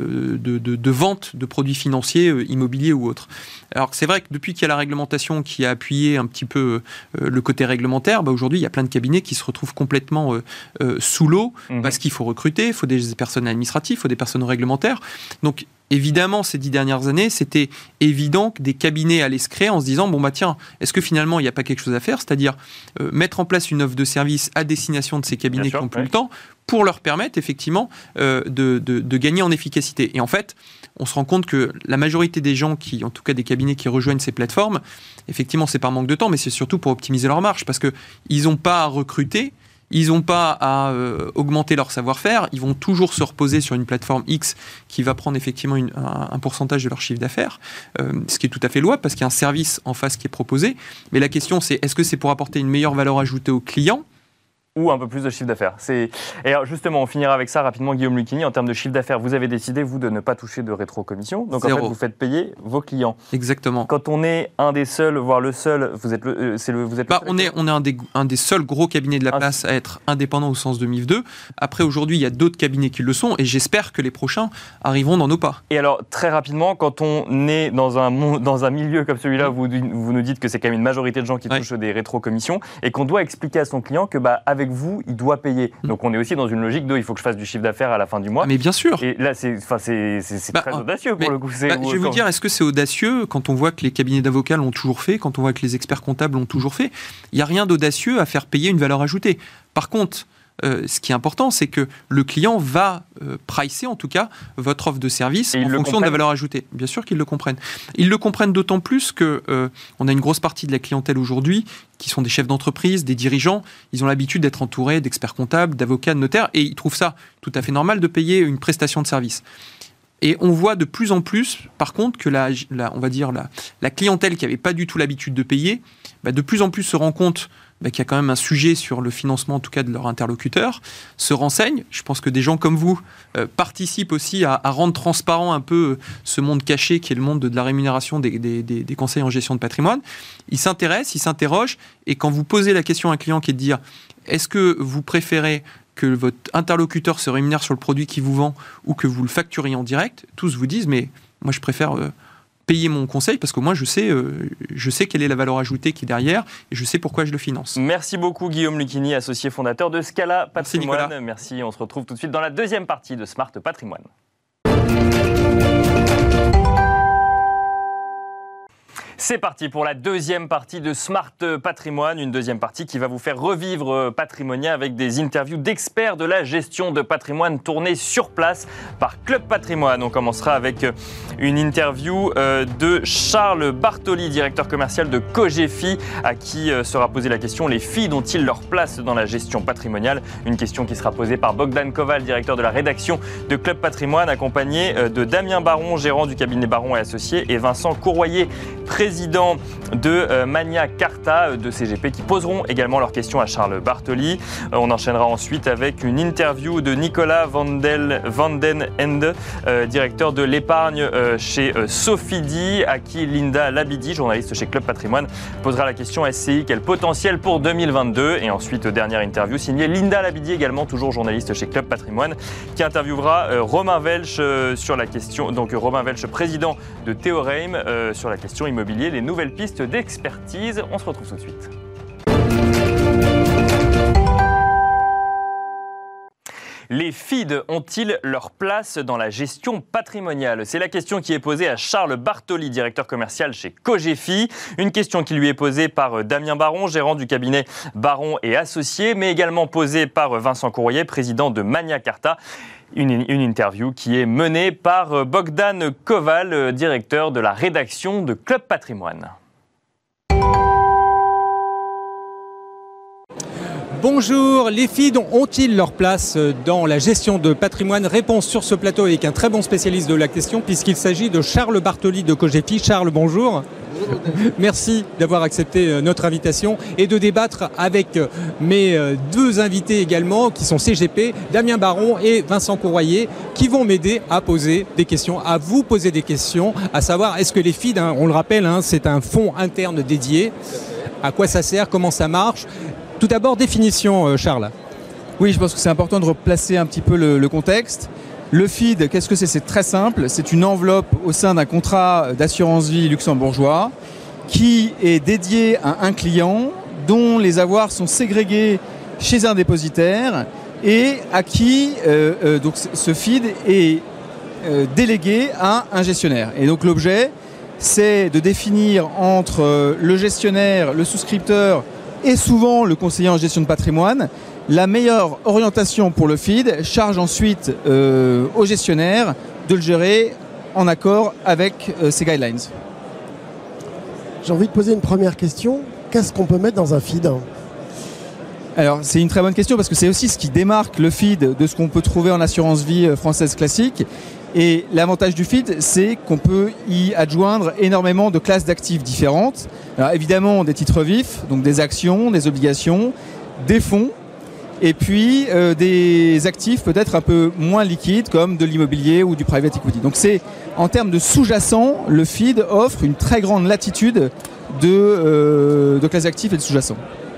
de, de, de vente de produits financiers, euh, immobiliers ou autres. Alors c'est vrai que depuis qu'il y a la réglementation qui a appuyé un petit peu euh, le côté réglementaire, bah, aujourd'hui, il y a plein de cabinets qui se retrouvent complètement euh, euh, sous l'eau, mmh. parce qu'il faut recruter, il faut des personnes administratives, il faut des personnes réglementaires. Donc, évidemment, ces dix dernières années, c'était évident que des cabinets allaient se créer en se disant, bon bah tiens, est-ce que finalement il n'y a pas quelque chose à faire, c'est-à-dire euh, mettre en place une offre de service à destination de ces cabinets Bien qui n'ont plus ouais. le temps, pour leur permettre effectivement euh, de, de, de gagner en efficacité. Et en fait, on se rend compte que la majorité des gens qui, en tout cas des cabinets qui rejoignent ces plateformes, effectivement c'est par manque de temps, mais c'est surtout pour optimiser leur marge, parce qu'ils n'ont pas à recruter, ils n'ont pas à euh, augmenter leur savoir-faire, ils vont toujours se reposer sur une plateforme X qui va prendre effectivement une, un, un pourcentage de leur chiffre d'affaires, euh, ce qui est tout à fait louable parce qu'il y a un service en face qui est proposé. Mais la question c'est, est-ce que c'est pour apporter une meilleure valeur ajoutée aux clients ou un peu plus de chiffre d'affaires. C'est... Et alors justement, on finira avec ça rapidement, Guillaume Lucchini. En termes de chiffre d'affaires, vous avez décidé, vous, de ne pas toucher de rétro-commission. Donc Zéro. En fait, vous faites payer vos clients. Exactement. Quand on est un des seuls, voire le seul, vous êtes le, euh, c'est le, vous êtes bah, le on est, on est un des, un des seuls gros cabinets de la place à être indépendant au sens de M I F deux. Après, aujourd'hui, il y a d'autres cabinets qui le sont et j'espère que les prochains arriveront dans nos pas. Et alors, très rapidement, quand on est dans un, dans un milieu comme celui-là, vous, vous nous dites que c'est quand même une majorité de gens qui ouais. touchent des rétro-commissions et qu'on doit expliquer à son client que, bah, avec vous, il doit payer. Donc on est aussi dans une logique de il faut que je fasse du chiffre d'affaires à la fin du mois. Mais bien sûr. Et là c'est, c'est, c'est, c'est bah, très audacieux pour mais, le coup. C'est, bah, je vais vous dire, est-ce que c'est audacieux quand on voit que les cabinets d'avocats l'ont toujours fait, quand on voit que les experts comptables l'ont toujours fait? Il n'y a rien d'audacieux à faire payer une valeur ajoutée. Par contre, Euh, ce qui est important, c'est que le client va euh, pricer, en tout cas, votre offre de service en fonction de la valeur ajoutée. Bien sûr qu'ils le comprennent. Ils le comprennent d'autant plus qu'on euh, a une grosse partie de la clientèle aujourd'hui qui sont des chefs d'entreprise, des dirigeants. Ils ont l'habitude d'être entourés d'experts comptables, d'avocats, de notaires, et ils trouvent ça tout à fait normal de payer une prestation de service. Et on voit de plus en plus, par contre, que la, la, on va dire la, la clientèle qui n'avait pas du tout l'habitude de payer, bah, de plus en plus se rend compte bah, qu'il y a quand même un sujet sur le financement, en tout cas de leur interlocuteur, se renseigne. Je pense que des gens comme vous euh, participent aussi à, à rendre transparent un peu euh, ce monde caché qui est le monde de, de la rémunération des, des, des, des conseils en gestion de patrimoine. Ils s'intéressent, ils s'interrogent, et quand vous posez la question à un client qui est de dire « Est-ce que vous préférez que votre interlocuteur se rémunère sur le produit qu'il vous vend ou que vous le facturiez en direct ?» Tous vous disent « Mais moi, je préfère... Euh, payer mon conseil parce que moi je sais, euh, je sais quelle est la valeur ajoutée qui est derrière et je sais pourquoi je le finance. » Merci beaucoup Guillaume Lucchini, associé fondateur de Scala Patrimoine. Merci, Merci, on se retrouve tout de suite dans la deuxième partie de Smart Patrimoine. C'est parti pour la deuxième partie de Smart Patrimoine, une deuxième partie qui va vous faire revivre Patrimonia avec des interviews d'experts de la gestion de patrimoine tournées sur place par Club Patrimoine. On commencera avec une interview de Charles Bartoli, directeur commercial de Cogefi, à qui sera posée la question: les filles ont-ils leur place dans la gestion patrimoniale? Une question qui sera posée par Bogdan Koval, directeur de la rédaction de Club Patrimoine, accompagné de Damien Baron, gérant du cabinet Baron et Associés, et Vincent Courroyer, président de Magna Carta de C G P, qui poseront également leurs questions à Charles Bartoli. On enchaînera ensuite avec une interview de Nicolas Vandel, Vandenende, euh, directeur de l'épargne euh, chez euh, Sofidy, à qui Linda Labidi, journaliste chez Club Patrimoine, posera la question: S C I, quel potentiel pour deux mille vingt-deux? Et ensuite, dernière interview signée Linda Labidi, également toujours journaliste chez Club Patrimoine, qui interviewera euh, Romain Welch euh, sur la question, donc euh, Romain Welch, président de Théoreim, euh, sur la question immobilier, les nouvelles pistes d'expertise. On se retrouve tout de suite. Les F I D ont-ils leur place dans la gestion patrimoniale? C'est la question qui est posée à Charles Bartoli, directeur commercial chez Cogefi. Une question qui lui est posée par Damien Baron, gérant du cabinet Baron et Associés, mais également posée par Vincent Courroyer, président de Magna Carta. Une, une interview qui est menée par Bogdan Koval, directeur de la rédaction de Club Patrimoine. Bonjour, les F I D ont-ils leur place dans la gestion de patrimoine? Réponse sur ce plateau avec un très bon spécialiste de la question, puisqu'il s'agit de Charles Bartoli de Cogefi. Charles, bonjour. Bonjour. Merci d'avoir accepté notre invitation et de débattre avec mes deux invités également, qui sont C G P, Damien Baron et Vincent Courroyer, qui vont m'aider à poser des questions, à vous poser des questions, à savoir, est-ce que les F I D, hein, on le rappelle, hein, c'est un fonds interne dédié, à quoi ça sert, comment ça marche? Tout d'abord, définition, Charles. Oui, je pense que c'est important de replacer un petit peu le, le contexte. Le F I D, qu'est-ce que c'est? C'est très simple. C'est une enveloppe au sein d'un contrat d'assurance vie luxembourgeois qui est dédié à un client dont les avoirs sont ségrégés chez un dépositaire et à qui euh, euh, donc ce F I D est euh, délégué à un gestionnaire. Et donc l'objet, c'est de définir entre euh, le gestionnaire, le souscripteur et souvent le conseiller en gestion de patrimoine la meilleure orientation pour le F I D, charge ensuite euh, au gestionnaire de le gérer en accord avec euh, ces guidelines. J'ai envie de poser une première question. Qu'est-ce qu'on peut mettre dans un F I D? Alors c'est une très bonne question parce que c'est aussi ce qui démarque le F I D de ce qu'on peut trouver en assurance vie française classique. Et l'avantage du F I D, c'est qu'on peut y adjoindre énormément de classes d'actifs différentes. Alors évidemment des titres vifs, donc des actions, des obligations, des fonds, et puis euh, des actifs peut-être un peu moins liquides comme de l'immobilier ou du private equity. Donc c'est, en termes de sous-jacent, le F I D offre une très grande latitude de, euh, de classes d'actifs et de sous-jacents.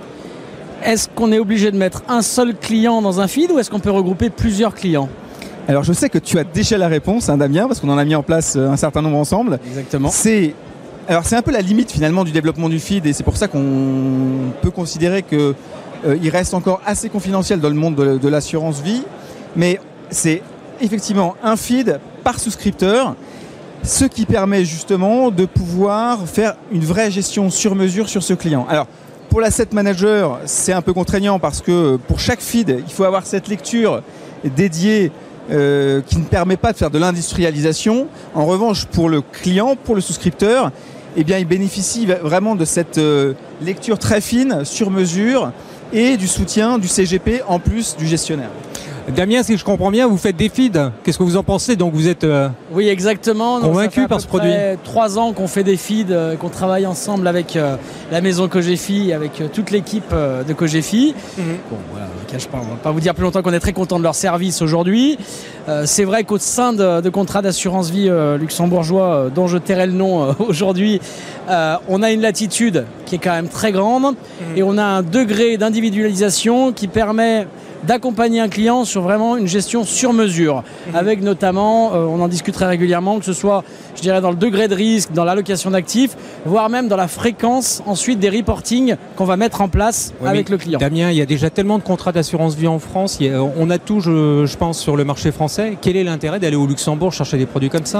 Est-ce qu'on est obligé de mettre un seul client dans un F I D ou est-ce qu'on peut regrouper plusieurs clients? Alors je sais que tu as déjà la réponse, hein, Damien, parce qu'on en a mis en place un certain nombre ensemble. Exactement. C'est, alors c'est un peu la limite finalement du développement du F I D et c'est pour ça qu'on peut considérer qu'il euh, reste encore assez confidentiel dans le monde de, de l'assurance vie. Mais c'est effectivement un F I D par souscripteur, ce qui permet justement de pouvoir faire une vraie gestion sur mesure sur ce client. Alors pour l'asset manager, c'est un peu contraignant parce que pour chaque F I D, il faut avoir cette lecture dédiée Euh, qui ne permet pas de faire de l'industrialisation. En revanche, pour le client, pour le souscripteur, eh bien, il bénéficie vraiment de cette euh, lecture très fine, sur mesure, et du soutien du C G P en plus du gestionnaire. Damien, si je comprends bien, vous faites des F I D. Qu'est-ce que vous en pensez? Donc vous êtes euh, oui, exactement. convaincu par ce produit? Ça fait trois ans qu'on fait des F I D, euh, qu'on travaille ensemble avec euh, la maison Cogefi, avec euh, toute l'équipe euh, de Cogefi. Mm-hmm. Bon, voilà, je ne vais pas vous dire plus longtemps qu'on est très content de leur service aujourd'hui. Euh, c'est vrai qu'au sein de, de contrats d'assurance vie euh, luxembourgeois, euh, dont je tairai le nom euh, aujourd'hui, euh, on a une latitude qui est quand même très grande mm-hmm. et on a un degré d'individualisation qui permet d'accompagner un client sur vraiment une gestion sur mesure, mmh. avec notamment, euh, on en discuterait régulièrement, que ce soit, je dirais, dans le degré de risque, dans l'allocation d'actifs, voire même dans la fréquence ensuite des reportings qu'on va mettre en place ouais, avec le client. Damien, il y a déjà tellement de contrats d'assurance vie en France, il y a, on a tout, je, je pense, sur le marché français. Quel est l'intérêt d'aller au Luxembourg chercher des produits comme ça?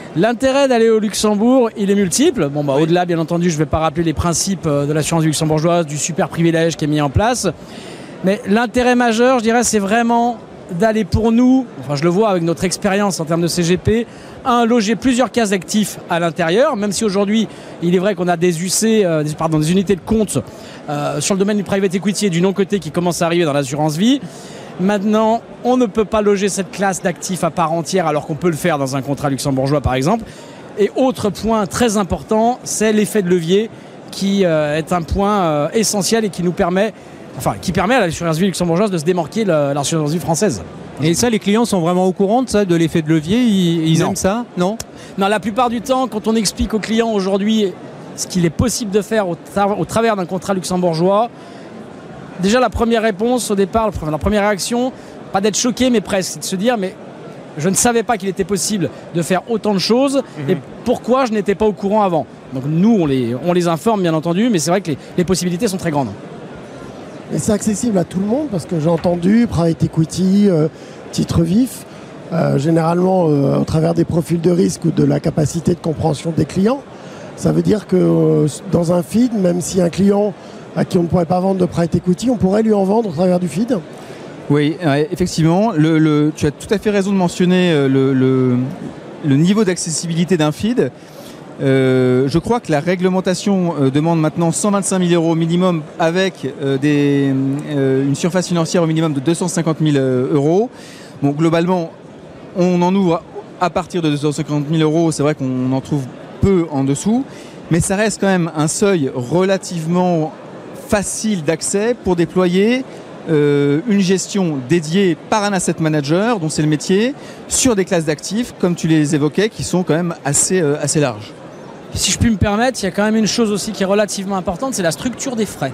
L'intérêt d'aller au Luxembourg, il est multiple. Bon, bah, oui. Au-delà, bien entendu, je ne vais pas rappeler les principes de l'assurance luxembourgeoise, du super privilège qui est mis en place. Mais l'intérêt majeur, je dirais, c'est vraiment d'aller pour nous, enfin je le vois avec notre expérience en termes de C G P, un, loger plusieurs cases d'actifs à l'intérieur, même si aujourd'hui, il est vrai qu'on a des U C, euh, des, pardon, des unités de compte euh, sur le domaine du private equity et du non-coté qui commencent à arriver dans l'assurance vie. Maintenant, on ne peut pas loger cette classe d'actifs à part entière alors qu'on peut le faire dans un contrat luxembourgeois par exemple. Et autre point très important, c'est l'effet de levier qui euh, est un point euh, essentiel et qui nous permet Enfin, qui permet à l'assurance vie luxembourgeoise de se démarquer de l'assurance vie française. Et ça, les clients sont vraiment au courant de ça, de l'effet de levier? Ils, ils aiment ça? Non. Non, la plupart du temps, quand on explique aux clients aujourd'hui ce qu'il est possible de faire au, tra- au travers d'un contrat luxembourgeois, déjà la première réponse au départ, la première réaction, pas d'être choqué, mais presque, c'est de se dire, mais je ne savais pas qu'il était possible de faire autant de choses, mmh. et pourquoi je n'étais pas au courant avant. Donc nous, on les, on les informe, bien entendu, mais c'est vrai que les, les possibilités sont très grandes. Et c'est accessible à tout le monde parce que j'ai entendu private equity, euh, titre vif, euh, généralement euh, au travers des profils de risque ou de la capacité de compréhension des clients. Ça veut dire que euh, dans un feed, même si un client à qui on ne pourrait pas vendre de private equity, on pourrait lui en vendre au travers du feed. Oui, euh, effectivement, le, le, tu as tout à fait raison de mentionner euh, le, le, le niveau d'accessibilité d'un feed. Euh, je crois que la réglementation euh, demande maintenant cent vingt-cinq mille euros minimum avec euh, des, euh, une surface financière au minimum de deux cent cinquante mille euros. Bon, globalement, on en ouvre à partir de deux cent cinquante mille euros. C'est vrai qu'on en trouve peu en dessous, mais ça reste quand même un seuil relativement facile d'accès pour déployer euh, une gestion dédiée par un asset manager, dont c'est le métier, sur des classes d'actifs, comme tu les évoquais, qui sont quand même assez, euh, assez larges. Si je puis me permettre, il y a quand même une chose aussi qui est relativement importante, c'est la structure des frais.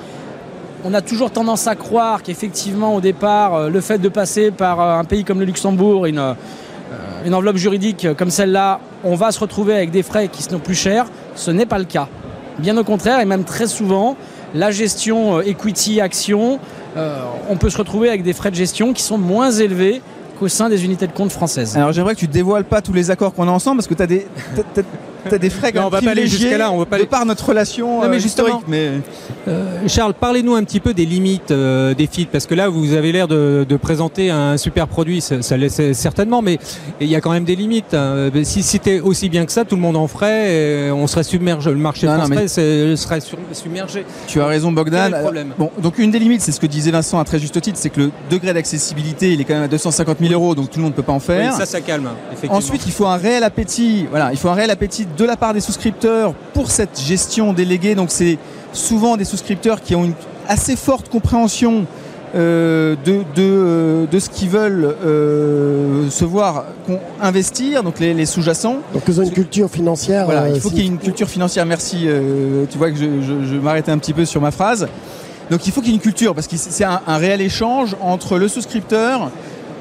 On a toujours tendance à croire qu'effectivement, au départ, le fait de passer par un pays comme le Luxembourg, une, une enveloppe juridique comme celle-là, on va se retrouver avec des frais qui sont plus chers. Ce n'est pas le cas. Bien au contraire, et même très souvent, la gestion equity, action, euh, on peut se retrouver avec des frais de gestion qui sont moins élevés qu'au sein des unités de compte françaises. Alors j'aimerais que tu ne dévoiles pas tous les accords qu'on a ensemble, parce que tu as des... T'as, t'as... T'as des frais quand même privilégiés là, on va pas de aller... par notre relation non, mais euh, historique. Mais... Euh, Charles, parlez-nous un petit peu des limites euh, des feeds, parce que là, vous avez l'air de, de présenter un super produit, ça, ça laisse certainement, mais il y a quand même des limites. Hein. Si c'était aussi bien que ça, tout le monde en ferait, on serait submergé, le marché non, français non, mais... serait sur, submergé. Tu as raison, Bogdan. Bon, donc une des limites, c'est ce que disait Vincent à très juste titre, c'est que le degré d'accessibilité, il est quand même à deux cent cinquante mille euros, donc tout le monde ne peut pas en faire. Oui, ça, ça calme. Effectivement. Ensuite, il faut un réel appétit. Voilà, il faut un réel appétit de la part des souscripteurs pour cette gestion déléguée. Donc c'est souvent des souscripteurs qui ont une assez forte compréhension euh, de, de, euh, de ce qu'ils veulent euh, se voir investir, donc les, les sous-jacents. Donc ils ont une culture financière. Voilà, euh, il faut qu'il y ait une culture financière. Merci. Euh, tu vois que je, je, je m'arrêtais un petit peu sur ma phrase. Donc il faut qu'il y ait une culture, parce que c'est un, un réel échange entre le souscripteur,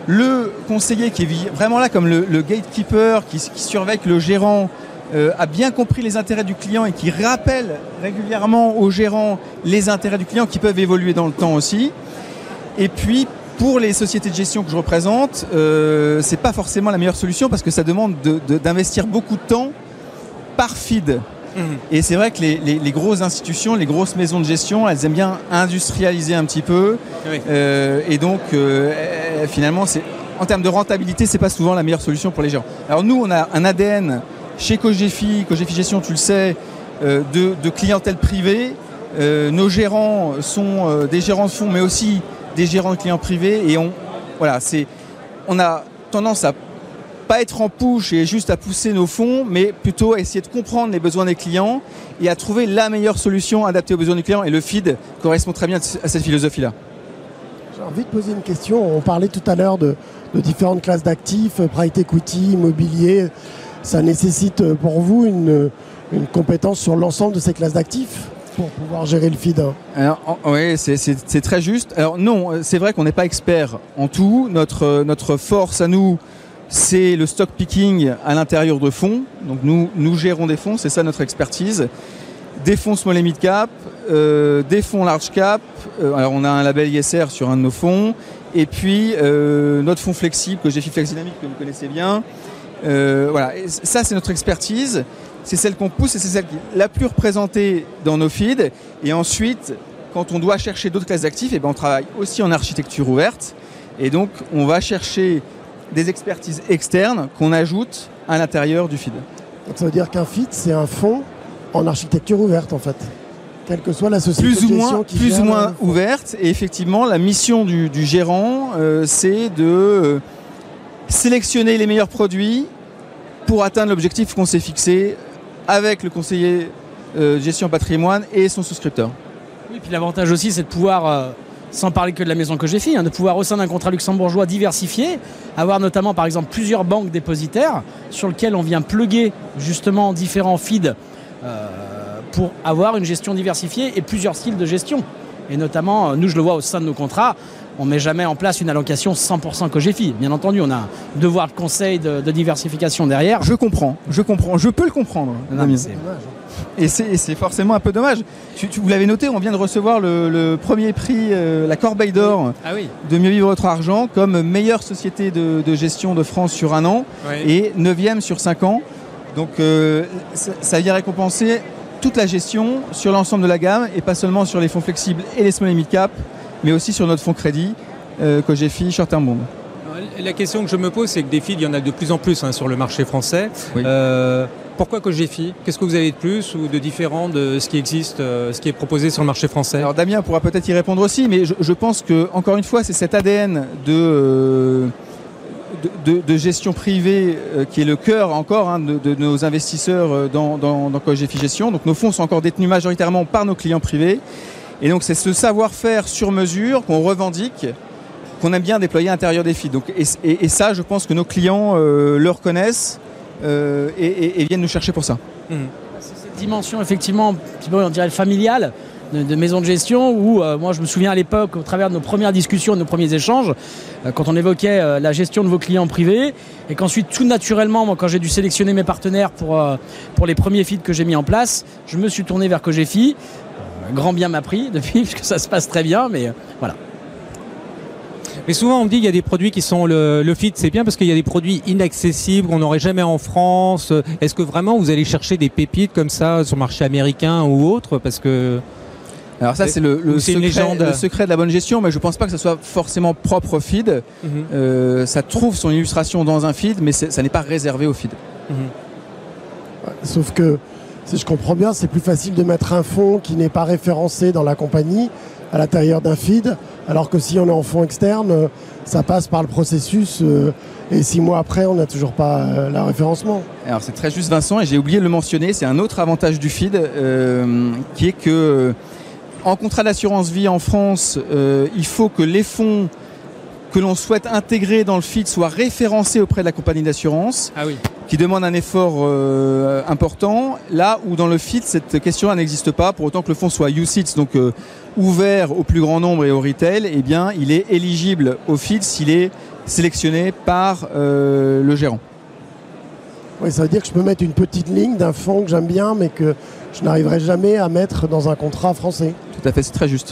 le conseiller qui est vraiment là comme le, le gatekeeper, qui, qui surveille que le gérant euh, a bien compris les intérêts du client et qui rappelle régulièrement au gérant les intérêts du client qui peuvent évoluer dans le temps aussi. Et puis, pour les sociétés de gestion que je représente, euh, c'est pas forcément la meilleure solution parce que ça demande de, de, d'investir beaucoup de temps par feed. Mmh. Et c'est vrai que les, les, les grosses institutions, les grosses maisons de gestion, elles aiment bien industrialiser un petit peu. Oui. Euh, et donc, euh, finalement, c'est, en termes de rentabilité, c'est pas souvent la meilleure solution pour les gens. Alors nous, on a un A D N chez Cogefi, Cogefi Gestion, tu le sais, euh, de, de clientèle privée. Euh, nos gérants sont euh, des gérants de fonds, mais aussi des gérants de clients privés. Et on, voilà, c'est, on a tendance à pas être en push et juste à pousser nos fonds, mais plutôt à essayer de comprendre les besoins des clients et à trouver la meilleure solution adaptée aux besoins du client. Et le feed correspond très bien à cette philosophie-là. J'ai envie de poser une question. On parlait tout à l'heure de, de différentes classes d'actifs, private equity, immobilier. Ça nécessite pour vous une, une compétence sur l'ensemble de ces classes d'actifs pour pouvoir gérer le feed? Alors, oui, c'est, c'est, c'est très juste. Alors non, c'est vrai qu'on n'est pas expert en tout. Notre, notre force à nous, c'est le stock picking à l'intérieur de fonds. Donc nous, nous gérons des fonds, c'est ça notre expertise. Des fonds small et mid cap, euh, des fonds large cap. Euh, alors on a un label I S R sur un de nos fonds. Et puis euh, notre fonds flexible, Cogefi Flex Dynamique, que vous connaissez bien. Euh, voilà, et ça c'est notre expertise, c'est celle qu'on pousse et c'est celle qui est la plus représentée dans nos feeds. Et ensuite, quand on doit chercher d'autres classes d'actifs, eh ben on travaille aussi en architecture ouverte. Et donc, on va chercher des expertises externes qu'on ajoute à l'intérieur du feed. Donc ça veut dire qu'un feed, c'est un fonds en architecture ouverte, en fait. Quelle que soit la société plus de ou gestion moins, qui plus gère ou moins le fonds. ouverte. Et effectivement, la mission du, du gérant, euh, c'est de euh, sélectionner les meilleurs produits pour atteindre l'objectif qu'on s'est fixé avec le conseiller euh, gestion patrimoine et son souscripteur. Oui, puis l'avantage aussi, c'est de pouvoir, euh, sans parler que de la maison Cogefi, hein, de pouvoir au sein d'un contrat luxembourgeois diversifié, avoir notamment par exemple plusieurs banques dépositaires sur lesquelles on vient plugger justement différents feeds euh, pour avoir une gestion diversifiée et plusieurs styles de gestion. Et notamment, nous je le vois au sein de nos contrats, on ne met jamais en place une allocation cent pour cent Cogefi. Bien entendu, on a un devoir de conseil de, de diversification derrière. Je comprends, je comprends, je peux le comprendre. Non, mais c'est... Et c'est, et c'est forcément un peu dommage. Tu, tu, vous l'avez noté, on vient de recevoir le, le premier prix, euh, la Corbeille d'Or ah oui. de Mieux Vivre Votre Argent comme meilleure société de, de gestion de France sur un an oui. et neuvième sur cinq ans. Donc euh, ça, ça vient récompenser toute la gestion sur l'ensemble de la gamme et pas seulement sur les fonds flexibles et les small et mid cap, mais aussi sur notre fonds crédit, euh, Cogefi Short Term Bond. La question que je me pose, c'est que des feeds, il y en a de plus en plus hein, sur le marché français. Oui. Euh, pourquoi Cogefi ? Qu'est-ce que vous avez de plus ou de différent de ce qui existe, euh, ce qui est proposé sur le marché français ? Alors Damien pourra peut-être y répondre aussi, mais je, je pense que encore une fois, c'est cet A D N de, euh, de, de, de gestion privée euh, qui est le cœur encore hein, de, de nos investisseurs dans, dans, dans Cogefi Gestion. Donc nos fonds sont encore détenus majoritairement par nos clients privés. Et donc c'est ce savoir-faire sur mesure qu'on revendique, qu'on aime bien déployer à l'intérieur des feeds. Donc, et, et, et ça, je pense que nos clients euh, le reconnaissent euh, et, et, et viennent nous chercher pour ça. Mmh. C'est cette dimension, effectivement, on dirait familiale, de, de maison de gestion, où euh, moi je me souviens à l'époque, au travers de nos premières discussions, de nos premiers échanges, euh, quand on évoquait euh, la gestion de vos clients privés, et qu'ensuite, tout naturellement, moi, quand j'ai dû sélectionner mes partenaires pour, euh, pour les premiers feeds que j'ai mis en place, je me suis tourné vers Cogefi. Euh, grand bien m'a pris depuis, puisque ça se passe très bien, mais euh, voilà. Mais souvent on me dit qu'il y a des produits qui sont le, le feed, c'est bien parce qu'il y a des produits inaccessibles qu'on n'aurait jamais en France. Est-ce que vraiment vous allez chercher des pépites comme ça sur le marché américain ou autre ? Parce que alors ça c'est le, le, c'est secret, le secret de la bonne gestion, mais je ne pense pas que ce soit forcément propre au feed. Mm-hmm. Euh, ça trouve son illustration dans un feed, mais ça n'est pas réservé au feed. Mm-hmm. Sauf que si je comprends bien, c'est plus facile de mettre un fonds qui n'est pas référencé dans la compagnie à l'intérieur d'un feed, alors que si on est en fonds externe, ça passe par le processus euh, et six mois après, on n'a toujours pas euh, la référencement. Alors c'est très juste Vincent, et j'ai oublié de le mentionner, c'est un autre avantage du feed, euh, qui est que en contrat d'assurance vie en France, euh, il faut que les fonds que l'on souhaite intégrer dans le feed soient référencés auprès de la compagnie d'assurance, ah oui. qui demande un effort euh, important, là où dans le feed, cette question n'existe pas, pour autant que le fonds soit U C I T S, donc euh, ouvert au plus grand nombre et au retail, eh bien, il est éligible au feed s'il est sélectionné par euh, le gérant. Oui, ça veut dire que je peux mettre une petite ligne d'un fonds que j'aime bien, mais que je n'arriverai jamais à mettre dans un contrat français. Tout à fait, c'est très juste.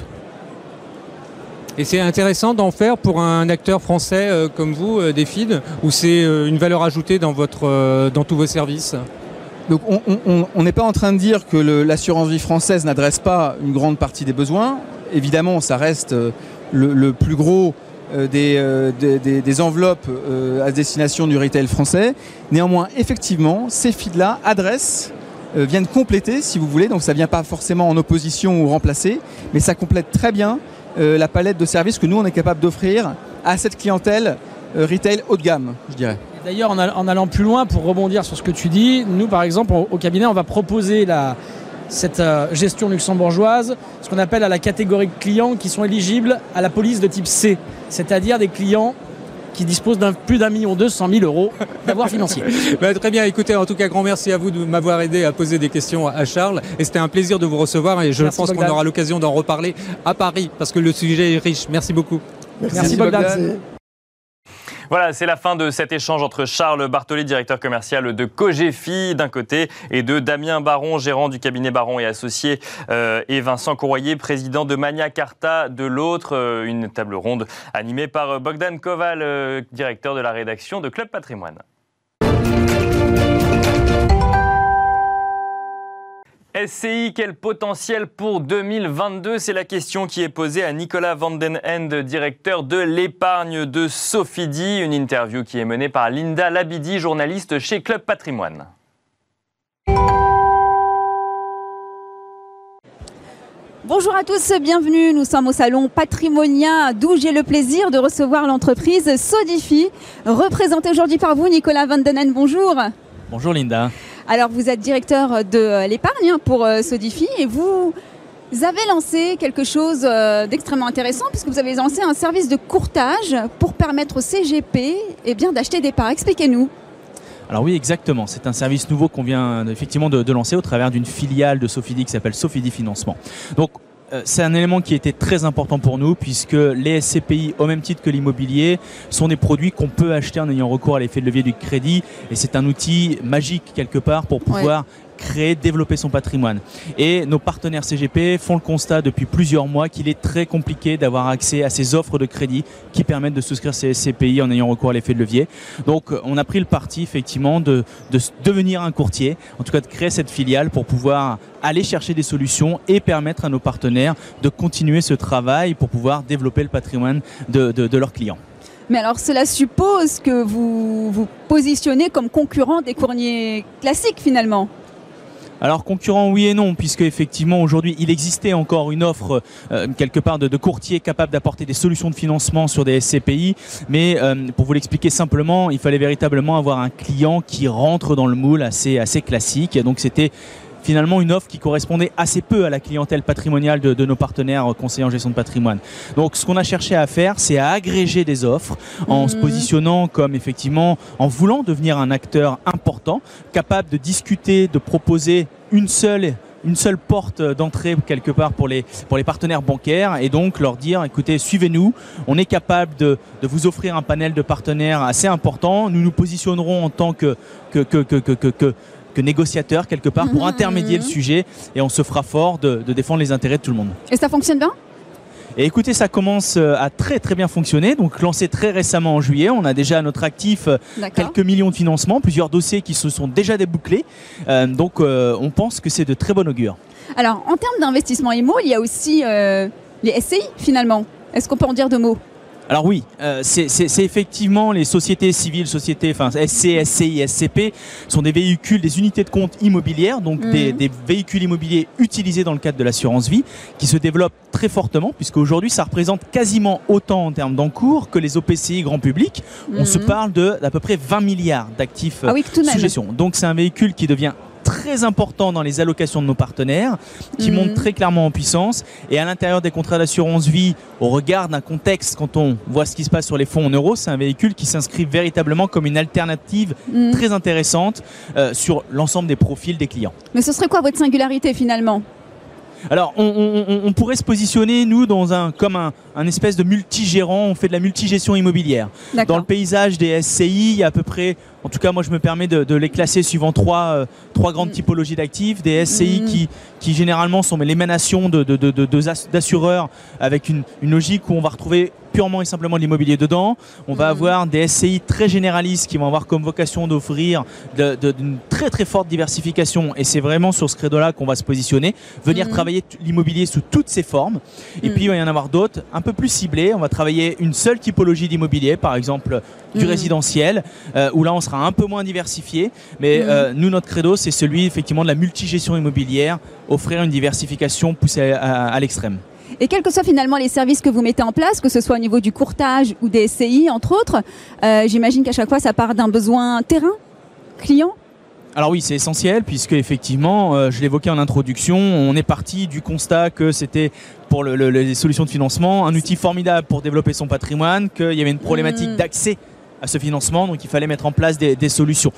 Et c'est intéressant d'en faire pour un acteur français euh, comme vous, euh, des feeds, où c'est euh, une valeur ajoutée dans, votre, euh, dans tous vos services ? Donc on n'est pas en train de dire que le, l'assurance vie française n'adresse pas une grande partie des besoins. Évidemment, ça reste euh, le, le plus gros euh, des, euh, des, des, des enveloppes euh, à destination du retail français. Néanmoins, effectivement, ces feeds-là adressent, euh, viennent compléter, si vous voulez. Donc ça ne vient pas forcément en opposition ou remplacer, mais ça complète très bien Euh, la palette de services que nous on est capable d'offrir à cette clientèle euh, retail haut de gamme, je dirais. D'ailleurs, en, en allant plus loin, pour rebondir sur ce que tu dis, nous par exemple au, au cabinet on va proposer la, cette euh, gestion luxembourgeoise, ce qu'on appelle à la catégorie de clients qui sont éligibles à la police de type C, c'est-à-dire des clients qui disposent d'un plus d'un million deux cent mille euros d'avoir financier. Bah, très bien, écoutez, en tout cas, grand merci à vous de m'avoir aidé à poser des questions à Charles. Et c'était un plaisir de vous recevoir et je merci pense Bogdan. Qu'on aura l'occasion d'en reparler à Paris parce que le sujet est riche. Merci beaucoup. Merci, merci Bogdan. Bogdan. Voilà, c'est la fin de cet échange entre Charles Bartoli, directeur commercial de Cogefi d'un côté, et de Damien Baron, gérant du cabinet Baron et Associés, euh, et Vincent Courroyer, président de Magna Carta de l'autre. Euh, une table ronde animée par Bogdan Koval, euh, directeur de la rédaction de Club Patrimoine. S C I, quel potentiel pour deux mille vingt-deux? C'est la question qui est posée à Nicolas Van den Ende, directeur de l'épargne de Sofidy. Une interview qui est menée par Linda Labidi, journaliste chez Club Patrimoine. Bonjour à tous, bienvenue. Nous sommes au salon Patrimonia, d'où j'ai le plaisir de recevoir l'entreprise Sodify, représentée aujourd'hui par vous, Nicolas Van den Ende. Bonjour. Bonjour Linda. Alors vous êtes directeur de l'épargne pour Sodify et vous avez lancé quelque chose d'extrêmement intéressant puisque vous avez lancé un service de courtage pour permettre au C G P eh bien, d'acheter des parts. Expliquez-nous. Alors oui, exactement. C'est un service nouveau qu'on vient effectivement de, de lancer au travers d'une filiale de Sofidy qui s'appelle Sofidy Financement. Donc, euh, c'est un élément qui était très important pour nous puisque les S C P I, au même titre que l'immobilier, sont des produits qu'on peut acheter en ayant recours à l'effet de levier du crédit. Et c'est un outil magique quelque part pour pouvoir... Ouais. créer, développer son patrimoine. Et nos partenaires C G P font le constat depuis plusieurs mois qu'il est très compliqué d'avoir accès à ces offres de crédit qui permettent de souscrire ces S C P I en ayant recours à l'effet de levier. Donc on a pris le parti effectivement de, de devenir un courtier, en tout cas de créer cette filiale pour pouvoir aller chercher des solutions et permettre à nos partenaires de continuer ce travail pour pouvoir développer le patrimoine de, de, de leurs clients. Mais alors cela suppose que vous vous positionnez comme concurrent des courtiers classiques finalement. Alors concurrent oui et non, puisque effectivement aujourd'hui il existait encore une offre euh, quelque part de, de courtiers capables d'apporter des solutions de financement sur des S C P I, mais euh, pour vous l'expliquer simplement, il fallait véritablement avoir un client qui rentre dans le moule assez, assez classique, donc c'était finalement une offre qui correspondait assez peu à la clientèle patrimoniale de, de nos partenaires conseillers en gestion de patrimoine. Donc ce qu'on a cherché à faire, c'est à agréger des offres en mmh. se positionnant comme effectivement, en voulant devenir un acteur important, capable de discuter, de proposer une seule une seule porte d'entrée quelque part pour les, pour les partenaires bancaires et donc leur dire écoutez, suivez-nous, on est capable de, de vous offrir un panel de partenaires assez important, nous nous positionnerons en tant que, que, que, que, que, que, que que négociateur quelque part pour intermédier le sujet et on se fera fort de, de défendre les intérêts de tout le monde. Et ça fonctionne bien ? Et écoutez, ça commence à très très bien fonctionner. Donc lancé très récemment en juillet, on a déjà à notre actif quelques millions de financements, plusieurs dossiers qui se sont déjà débouclés. Euh, donc euh, on pense que c'est de très bon augure. Alors en termes d'investissement immo, il y a aussi euh, les S C I finalement. Est-ce qu'on peut en dire deux mots ? Alors oui, euh, c'est, c'est, c'est effectivement les sociétés civiles, sociétés, enfin S C, S C I, S C P sont des véhicules, des unités de compte immobilières, donc mmh. des, des véhicules immobiliers utilisés dans le cadre de l'assurance vie, qui se développent très fortement, puisqu'aujourd'hui ça représente quasiment autant en termes d'encours que les O P C I grand public. Mmh. On se parle de d'à peu près vingt milliards d'actifs ah oui, tout sous gestion. Donc c'est un véhicule qui devient très important dans les allocations de nos partenaires, qui mmh. monte très clairement en puissance. Et à l'intérieur des contrats d'assurance vie, au regard d'un contexte, quand on voit ce qui se passe sur les fonds en euros, c'est un véhicule qui s'inscrit véritablement comme une alternative mmh. très intéressante euh, sur l'ensemble des profils des clients. Mais ce serait quoi votre singularité finalement ? Alors, on, on, on pourrait se positionner, nous, dans un, comme un, un espèce de multigérant. On fait de la multigestion immobilière. D'accord. Dans le paysage des S C I, il y a à peu près, en tout cas, moi, je me permets de, de les classer suivant trois, euh, trois grandes mmh. typologies d'actifs. Des S C I mmh. qui, qui, généralement, sont l'émanation de, de, de, de, de, d'assureurs avec une, une logique où on va retrouver purement et simplement de l'immobilier dedans. On va mmh. avoir des S C I très généralistes qui vont avoir comme vocation d'offrir de, de, d'une très très forte diversification et c'est vraiment sur ce credo-là qu'on va se positionner, venir mmh. travailler t- l'immobilier sous toutes ses formes. Et mmh. puis il va y en avoir d'autres un peu plus ciblés. On va travailler une seule typologie d'immobilier, par exemple du mmh. résidentiel, euh, où là on sera un peu moins diversifié. Mais mmh. euh, nous, notre credo, c'est celui effectivement de la multigestion immobilière, offrir une diversification poussée à, à, à l'extrême. Et quels que soient finalement les services que vous mettez en place, que ce soit au niveau du courtage ou des S C I, entre autres, euh, j'imagine qu'à chaque fois, ça part d'un besoin terrain, client ? Alors oui, c'est essentiel puisque effectivement, euh, je l'évoquais en introduction, on est parti du constat que c'était pour le, le, les solutions de financement un outil formidable pour développer son patrimoine, qu'il y avait une problématique mmh. d'accès à ce financement, donc il fallait mettre en place des, des solutions.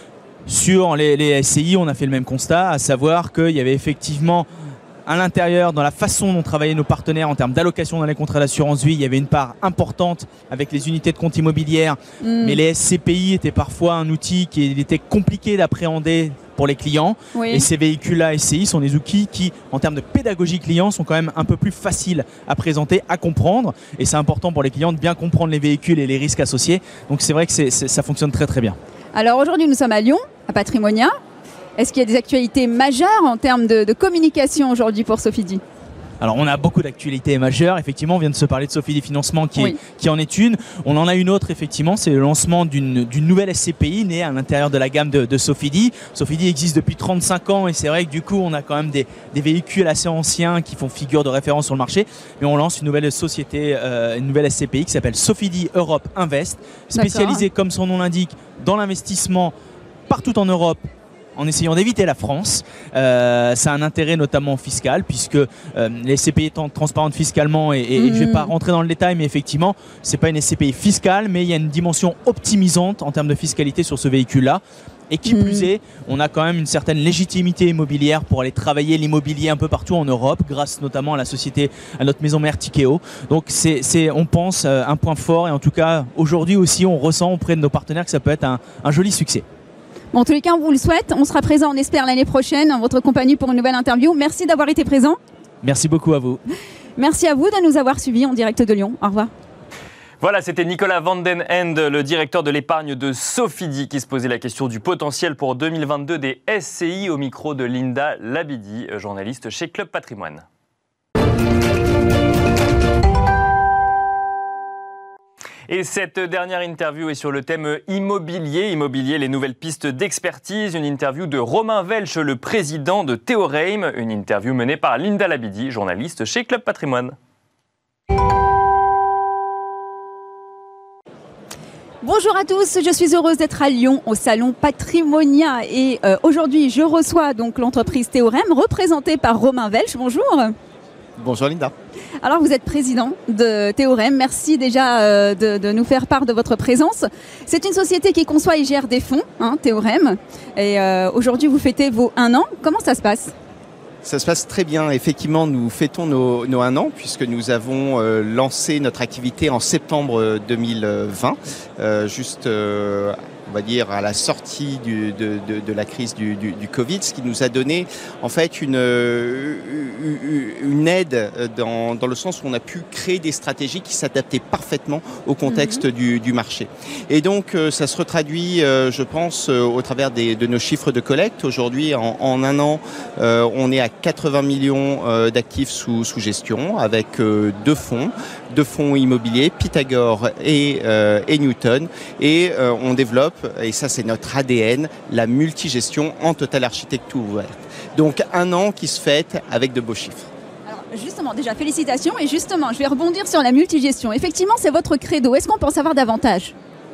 Sur les, les S C I, on a fait le même constat, à savoir qu'il y avait effectivement à l'intérieur, dans la façon dont travaillaient nos partenaires en termes d'allocation dans les contrats d'assurance vie, il y avait une part importante avec les unités de compte immobilières, mmh. mais les S C P I étaient parfois un outil qui était compliqué d'appréhender pour les clients. Oui. Et ces véhicules-là, S C I, sont des outils qui, en termes de pédagogie client, sont quand même un peu plus faciles à présenter, à comprendre. Et c'est important pour les clients de bien comprendre les véhicules et les risques associés. Donc c'est vrai que c'est, c'est, ça fonctionne très très bien. Alors aujourd'hui, nous sommes à Lyon, à Patrimonia. Est-ce qu'il y a des actualités majeures en termes de, de communication aujourd'hui pour Sofidy ? Alors on a beaucoup d'actualités majeures, effectivement on vient de se parler de Sofidy Financement qui, oui. est, qui en est une. On en a une autre effectivement, c'est le lancement d'une, d'une nouvelle S C P I née à l'intérieur de la gamme de, de Sofidy. Sofidy existe depuis trente-cinq ans et c'est vrai que du coup on a quand même des, des véhicules assez anciens qui font figure de référence sur le marché. Mais on lance une nouvelle société, euh, une nouvelle S C P I qui s'appelle Sofidy Europe Invest, spécialisée D'accord. comme son nom l'indique dans l'investissement partout en Europe, en essayant d'éviter la France. Euh, ça a un intérêt notamment fiscal, puisque euh, les S C P I étant transparentes fiscalement, et, et mmh. je ne vais pas rentrer dans le détail, mais effectivement, ce n'est pas une S C P I fiscale, mais il y a une dimension optimisante en termes de fiscalité sur ce véhicule-là. Et qui mmh. plus est, on a quand même une certaine légitimité immobilière pour aller travailler l'immobilier un peu partout en Europe, grâce notamment à la société, à notre maison mère Tikeo. Donc c'est, c'est, on pense, un point fort, et en tout cas, aujourd'hui aussi, on ressent auprès de nos partenaires que ça peut être un, un joli succès. Bon, en tous les cas, on vous le souhaite. On sera présent, on espère, l'année prochaine en votre compagnie pour une nouvelle interview. Merci d'avoir été présent. Merci beaucoup à vous. Merci à vous de nous avoir suivis en direct de Lyon. Au revoir. Voilà, c'était Nicolas Van den Ende, le directeur de l'épargne de Sofidy, qui se posait la question du potentiel pour deux mille vingt-deux des S C I au micro de Linda Labidi, journaliste chez Club Patrimoine. Et cette dernière interview est sur le thème immobilier. Immobilier, les nouvelles pistes d'expertise. Une interview de Romain Welch, le président de Théorème. Une interview menée par Linda Labidi, journaliste chez Club Patrimoine. Bonjour à tous, je suis heureuse d'être à Lyon au salon Patrimonia et euh, aujourd'hui je reçois donc l'entreprise Théorème représentée par Romain Welch. Bonjour. Bonjour Linda. Alors vous êtes président de Théorème, merci déjà euh, de, de nous faire part de votre présence. C'est une société qui conçoit et gère des fonds, hein, Théorème, et euh, aujourd'hui vous fêtez vos un an. Comment ça se passe ? Ça se passe très bien. Effectivement, nous fêtons nos, nos un an puisque nous avons euh, lancé notre activité en septembre deux mille vingt, euh, juste euh, on va dire à la sortie du, de, de, de la crise du, du, du Covid, ce qui nous a donné en fait une, une aide dans, dans le sens où on a pu créer des stratégies qui s'adaptaient parfaitement au contexte mmh. du, du marché. Et donc ça se retraduit, je pense, au travers des, de nos chiffres de collecte. Aujourd'hui, en, en un an, on est à quatre-vingts millions d'actifs sous, sous gestion avec deux fonds, deux fonds immobiliers, Pythagore et, euh, et Newton. Et euh, on développe, et ça c'est notre A D N, la multigestion en totale architecture ouverte. Donc un an qui se fête avec de beaux chiffres. Alors justement, déjà félicitations. Et justement, je vais rebondir sur la multigestion. Effectivement, c'est votre credo. Est-ce qu'on peut en savoir davantage ?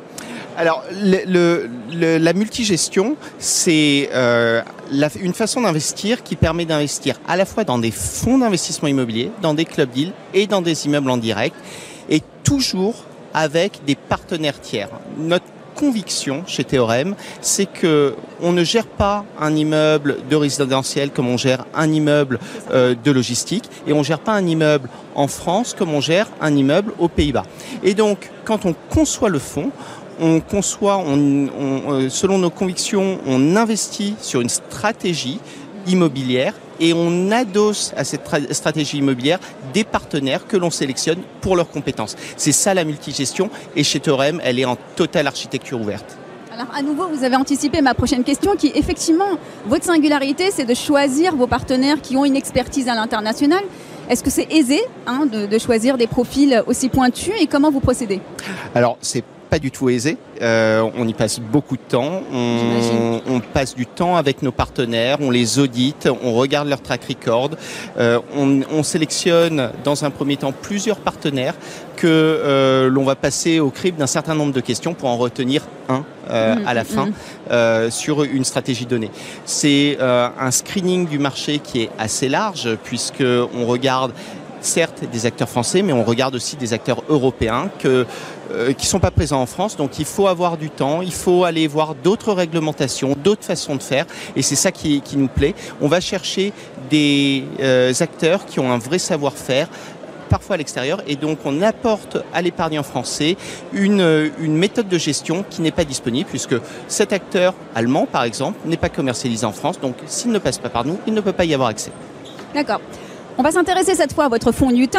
Alors, le, le, le, la multigestion, c'est euh, la, une façon d'investir qui permet d'investir à la fois dans des fonds d'investissement immobilier, dans des club deals et dans des immeubles en direct, et toujours avec des partenaires tiers. Notre conviction chez Théorème, c'est que on ne gère pas un immeuble de résidentiel comme on gère un immeuble euh, de logistique, et on ne gère pas un immeuble en France comme on gère un immeuble aux Pays-Bas. Et donc, quand on conçoit le fonds, on conçoit, on, on, selon nos convictions, on investit sur une stratégie immobilière et on adosse à cette tra- stratégie immobilière des partenaires que l'on sélectionne pour leurs compétences. C'est ça la multigestion, et chez Théorème, elle est en totale architecture ouverte. Alors à nouveau, vous avez anticipé ma prochaine question qui, effectivement, votre singularité, c'est de choisir vos partenaires qui ont une expertise à l'international. Est-ce que c'est aisé hein, de, de choisir des profils aussi pointus, et comment vous procédez ? Alors, c'est pas du tout aisé. Euh, on y passe beaucoup de temps. On, on passe du temps avec nos partenaires, on les audite, on regarde leur track record. Euh, on, on sélectionne dans un premier temps plusieurs partenaires que euh, l'on va passer au crible d'un certain nombre de questions pour en retenir un euh, mmh, à la mmh. fin euh, sur une stratégie donnée. C'est euh, un screening du marché qui est assez large puisque on regarde certes des acteurs français, mais on regarde aussi des acteurs européens que, euh, qui ne sont pas présents en France. Donc il faut avoir du temps, il faut aller voir d'autres réglementations, d'autres façons de faire, et c'est ça qui, qui nous plaît. On va chercher des euh, acteurs qui ont un vrai savoir-faire, parfois à l'extérieur, et donc on apporte à l'épargnant français une, une méthode de gestion qui n'est pas disponible, puisque cet acteur allemand, par exemple, n'est pas commercialisé en France, donc s'il ne passe pas par nous, il ne peut pas y avoir accès. D'accord. On va s'intéresser cette fois à votre fonds Newton,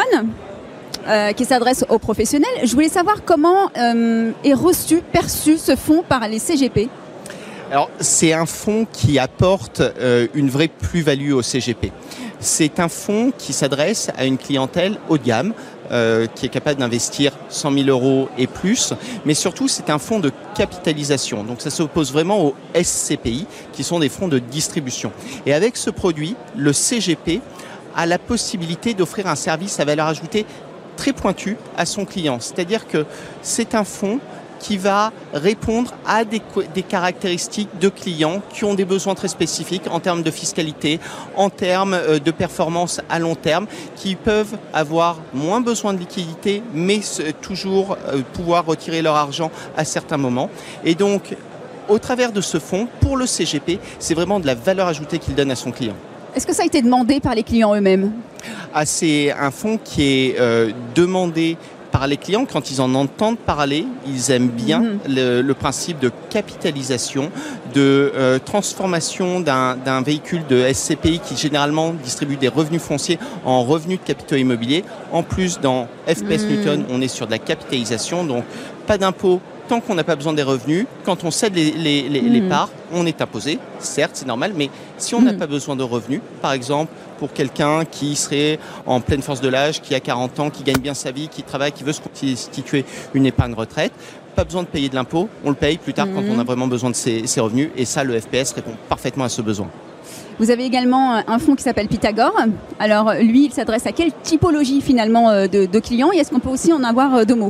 euh, qui s'adresse aux professionnels. Je voulais savoir comment euh, est reçu, perçu ce fonds par les C G P. Alors, c'est un fonds qui apporte euh, une vraie plus-value au C G P. C'est un fonds qui s'adresse à une clientèle haut de gamme, euh, qui est capable d'investir cent mille euros et plus, mais surtout c'est un fonds de capitalisation. Donc ça s'oppose vraiment aux S C P I, qui sont des fonds de distribution. Et avec ce produit, le C G P a la possibilité d'offrir un service à valeur ajoutée très pointu à son client. C'est-à-dire que c'est un fonds qui va répondre à des, des caractéristiques de clients qui ont des besoins très spécifiques en termes de fiscalité, en termes de performance à long terme, qui peuvent avoir moins besoin de liquidité, mais toujours pouvoir retirer leur argent à certains moments. Et donc, au travers de ce fonds, pour le C G P, c'est vraiment de la valeur ajoutée qu'il donne à son client. Est-ce que ça a été demandé par les clients eux-mêmes ? Ah, c'est un fonds qui est euh, demandé par les clients, quand ils en entendent parler, ils aiment bien mmh. le, le principe de capitalisation, de euh, transformation d'un, d'un véhicule de S C P I qui généralement distribue des revenus fonciers en revenus de capitaux immobiliers. En plus, dans F P S mmh. Newton, on est sur de la capitalisation, donc pas d'impôt tant qu'on n'a pas besoin des revenus. Quand on cède les, les, les, mmh. les parts, on est imposé, certes, c'est normal, mais si on n'a mmh. pas besoin de revenus, par exemple, pour quelqu'un qui serait en pleine force de l'âge, qui a quarante ans, qui gagne bien sa vie, qui travaille, qui veut se constituer une épargne retraite, pas besoin de payer de l'impôt, on le paye plus tard mmh. quand on a vraiment besoin de ses, ses revenus, et ça, le F P S répond parfaitement à ce besoin. Vous avez également un fonds qui s'appelle Pythagore. Alors lui, il s'adresse à quelle typologie finalement de, de clients, et est-ce qu'on peut aussi en avoir deux mots ?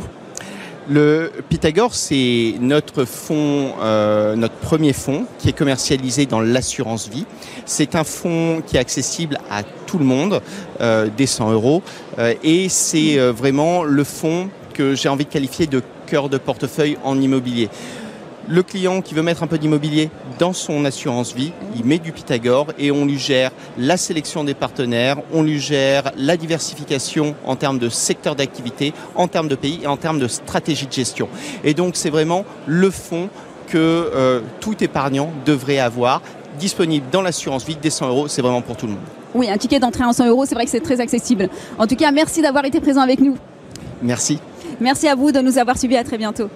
Le Pythagore, c'est notre fonds, euh, notre premier fonds qui est commercialisé dans l'assurance vie. C'est un fonds qui est accessible à tout le monde, euh, dès cent euros, euh, et c'est euh, vraiment le fonds que j'ai envie de qualifier de cœur de portefeuille en immobilier. Le client qui veut mettre un peu d'immobilier dans son assurance vie, il met du Pythagore et on lui gère la sélection des partenaires, on lui gère la diversification en termes de secteur d'activité, en termes de pays et en termes de stratégie de gestion. Et donc c'est vraiment le fonds que euh, tout épargnant devrait avoir, disponible dans l'assurance vie dès cent euros, c'est vraiment pour tout le monde. Oui, un ticket d'entrée en cent euros, c'est vrai que c'est très accessible. En tout cas, merci d'avoir été présent avec nous. Merci. Merci à vous de nous avoir suivis, à très bientôt.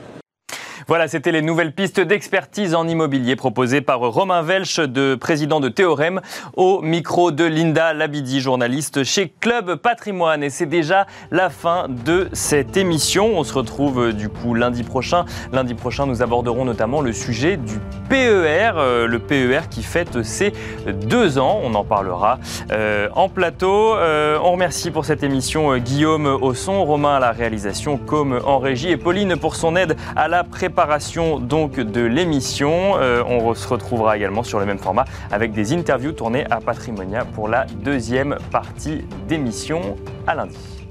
Voilà, c'était les nouvelles pistes d'expertise en immobilier proposées par Romain Welch, de président de Théorème, au micro de Linda Labidi, journaliste chez Club Patrimoine. Et c'est déjà la fin de cette émission. On se retrouve du coup lundi prochain. Lundi prochain, nous aborderons notamment le sujet du P E R, euh, le P E R qui fête ses deux ans. On en parlera euh, en plateau. Euh, on remercie pour cette émission euh, Guillaume au son, Romain à la réalisation, Com en régie et Pauline pour son aide à la préparation donc de l'émission. Euh, on se retrouvera également sur le même format avec des interviews tournées à Patrimonia pour la deuxième partie d'émission. À lundi.